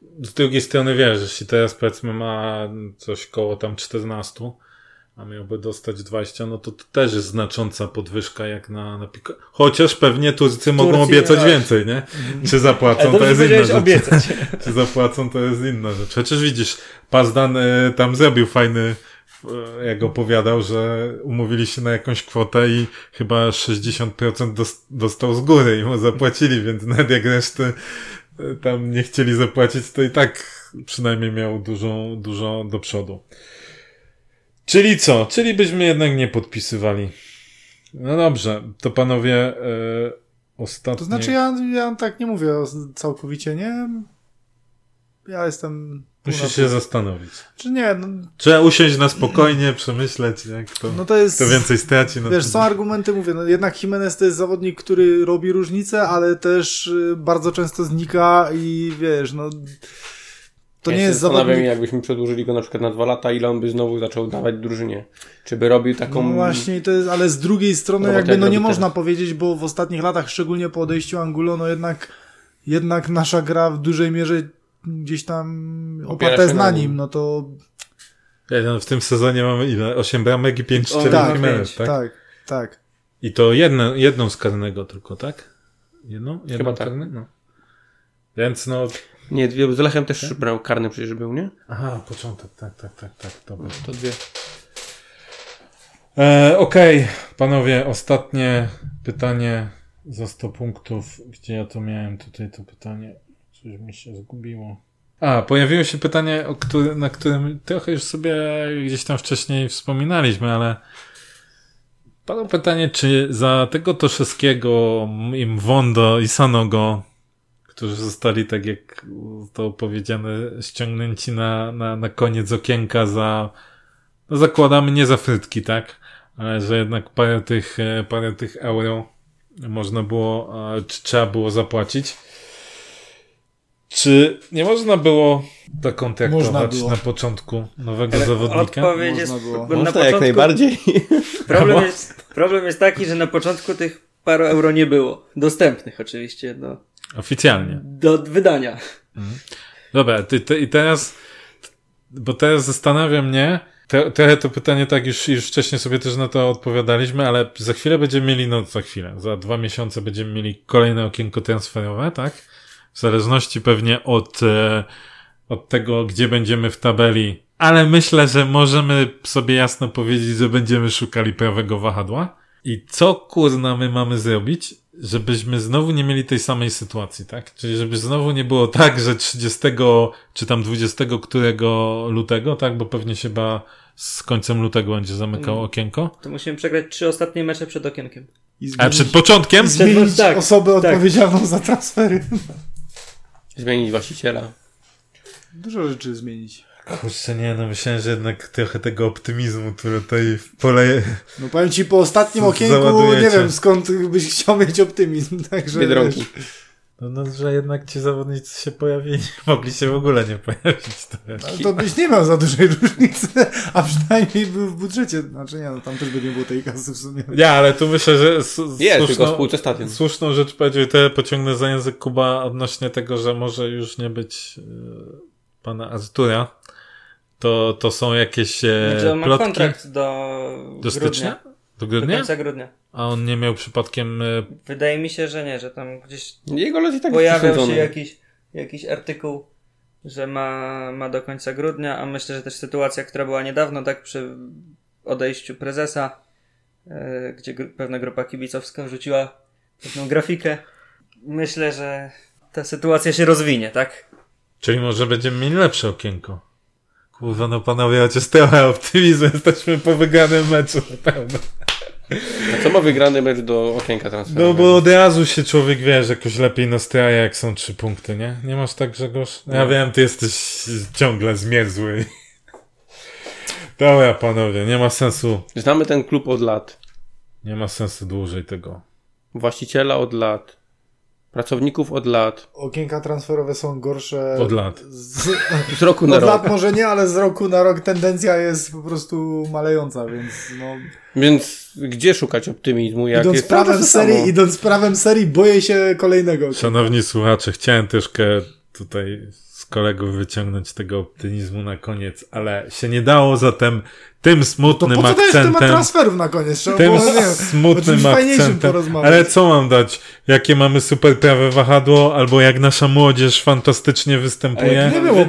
z drugiej strony wiesz, jeśli teraz powiedzmy ma coś koło tam 14, a miałby dostać 20, no to też jest znacząca podwyżka jak na Pico. Chociaż pewnie Turcy mogą obiecać więcej, nie? Czy zapłacą, to jest inna rzecz. Obiecać. Czy zapłacą, to jest inna rzecz. Przecież widzisz, Pazdan tam zrobił fajny, jak opowiadał, że umówili się na jakąś kwotę i chyba 60% dostał z góry i mu zapłacili, więc nawet jak reszty tam nie chcieli zapłacić, to i tak przynajmniej miał dużo do przodu. Czyli co? Czyli byśmy jednak nie podpisywali. No dobrze, to panowie ostatnio... To znaczy ja tak nie mówię całkowicie, nie? Ja jestem... Musisz się zastanowić. Czy nie? No... Trzeba usiąść na spokojnie, przemyśleć, jak to więcej straci. Wiesz, są argumenty, mówię, no jednak Jimenez to jest zawodnik, który robi różnicę, ale też bardzo często znika i wiesz, no... To nie jest zawodnik... jakbyśmy przedłużyli go na przykład na 2 lata, ile on by znowu zaczął dawać drużynie. Czy by robił taką... No właśnie, to jest, ale z drugiej strony jakby no nie można powiedzieć, bo w ostatnich latach, szczególnie po odejściu Angulo, no jednak nasza gra w dużej mierze gdzieś tam oparta jest na nim, no to... W tym sezonie mamy ile? 8 bramek i 5 strzelił Jimenez, tak? Tak. I to jedną z karnego tylko, tak? Jedną Chyba tak. karny? No. Więc no... Nie, z Lechem też brał karny przecież był, nie? Aha, początek, tak. Dobra. To 2. Okej, panowie, ostatnie pytanie za 100 punktów. Gdzie ja to miałem tutaj to pytanie? Coś mi się zgubiło. Pojawiło się pytanie, na którym trochę już sobie gdzieś tam wcześniej wspominaliśmy, ale padło pytanie, czy za tego Toszewskiego, Wondo i Sanogo, którzy zostali, tak jak to powiedziane, ściągnięci na koniec okienka zakładamy nie za frytki, tak? Ale że jednak parę tych euro można było, czy trzeba było zapłacić. Czy nie można było kontraktować na początku nowego zawodnika? Odpowiedź jest na początku, jak najbardziej. Problem jest taki, że na początku tych paru euro nie było. Dostępnych oczywiście. Oficjalnie. Do wydania. Dobra, i teraz, bo teraz zastanawia mnie, trochę to pytanie tak już wcześniej sobie też na to odpowiadaliśmy, ale za chwilę będziemy mieli, za 2 miesiące będziemy mieli kolejne okienko transferowe, tak? W zależności pewnie od tego, gdzie będziemy w tabeli, ale myślę, że możemy sobie jasno powiedzieć, że będziemy szukali prawego wahadła. I co kurna my mamy zrobić, żebyśmy znowu nie mieli tej samej sytuacji, tak? Czyli żeby znowu nie było tak, że 30 czy tam 20 którego lutego, tak? Bo pewnie się chyba z końcem lutego będzie zamykało okienko. To musimy przegrać 3 ostatnie mecze przed okienkiem. A przed początkiem? Zmienić osobę odpowiedzialną za transfery. Zmienić właściciela. Dużo rzeczy zmienić. Kurczę, myślałem, że jednak trochę tego optymizmu, który tutaj poleje. No powiem ci, po ostatnim okienku nie wiem skąd byś chciał mieć optymizm. Także Biedronki. Że jednak ci zawodnicy się pojawili, mogli się w ogóle nie pojawić. To byś nie miał za dużej różnicy, a przynajmniej był w budżecie. Znaczy nie, tam też by nie było tej kasy w sumie. Nie, ale tu myślę, że tylko w spółce stadion. Słuszną rzecz powiedział i tyle pociągnę za język Kuba odnośnie tego, że może już nie być pana Artura. To są jakieś on ma plotki. Kontrakt do stycznia? Do grudnia? Do końca grudnia. A on nie miał przypadkiem... Wydaje mi się, że nie, że tam gdzieś jego lot i tak pojawiał się jakiś artykuł, że ma do końca grudnia, a myślę, że też sytuacja, która była niedawno, tak przy odejściu prezesa, gdzie pewna grupa kibicowska wrzuciła pewną grafikę. Myślę, że ta sytuacja się rozwinie, tak? Czyli może będziemy mieli lepsze okienko. Kurwa, panowie, chociaż trochę optymizmu, jesteśmy po wygranym meczu, naprawdę. A co ma wygrany mecz do okienka transferowego? No bo od razu się człowiek, wiesz, jakoś lepiej nastraja, jak są 3 punkty, nie? Nie masz tak, Grzegorz? Ja wiem, ty jesteś ciągle zmierzły. Dobra, panowie, nie ma sensu. Znamy ten klub od lat. Nie ma sensu dłużej tego. Właściciela od lat. Pracowników od lat. Okienka transferowe są gorsze. Od lat. Z roku na rok. Od lat może nie, ale z roku na rok tendencja jest po prostu malejąca, więc Więc gdzie szukać optymizmu? Jak idąc prawem serii, boję się kolejnego. Szanowni słuchacze, chciałem troszkę tutaj z kolegów wyciągnąć tego optymizmu na koniec, ale się nie dało, zatem tym smutnym to po co dajesz akcentem... temat transferów na koniec? Trzeba Tym było, nie wiem, smutnym akcentem. porozmawiać. Ale co mam dać? Jakie mamy super prawe wahadło? Albo jak nasza młodzież fantastycznie występuje? Nie wiem,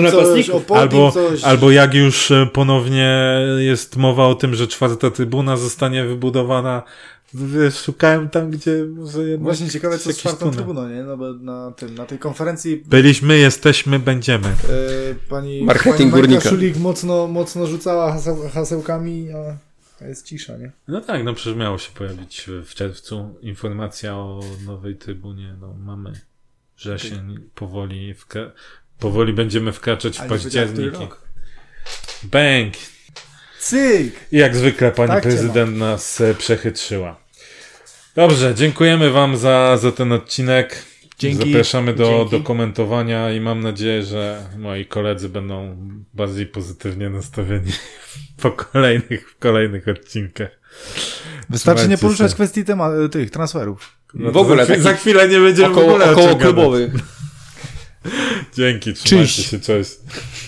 Albo jak już ponownie jest mowa o tym, że 4. trybuna zostanie wybudowana. Wiesz, szukałem tam, gdzie może jednak... Właśnie ciekawe, co z 4. trybuną, nie? No bo na tej konferencji... Byliśmy, jesteśmy, będziemy. Pani Górnika Szulik mocno rzucała hasełkami, a jest cisza, nie? No tak, no przecież miało się pojawić w czerwcu informacja o nowej trybunie. No mamy wrzesień, powoli będziemy wkraczać w październik. Bang! Cyk! I jak zwykle pani Tak prezydent nas przechytrzyła. Dobrze, dziękujemy wam za ten odcinek. Dzięki. Zapraszamy do komentowania i mam nadzieję, że moi koledzy będą bardziej pozytywnie nastawieni w kolejnych odcinkach. Wystarczy nie poruszać kwestii tych transferów. No w ogóle za chwilę nie będziemy około klubowych. Dzięki, trzymajcie się, cześć.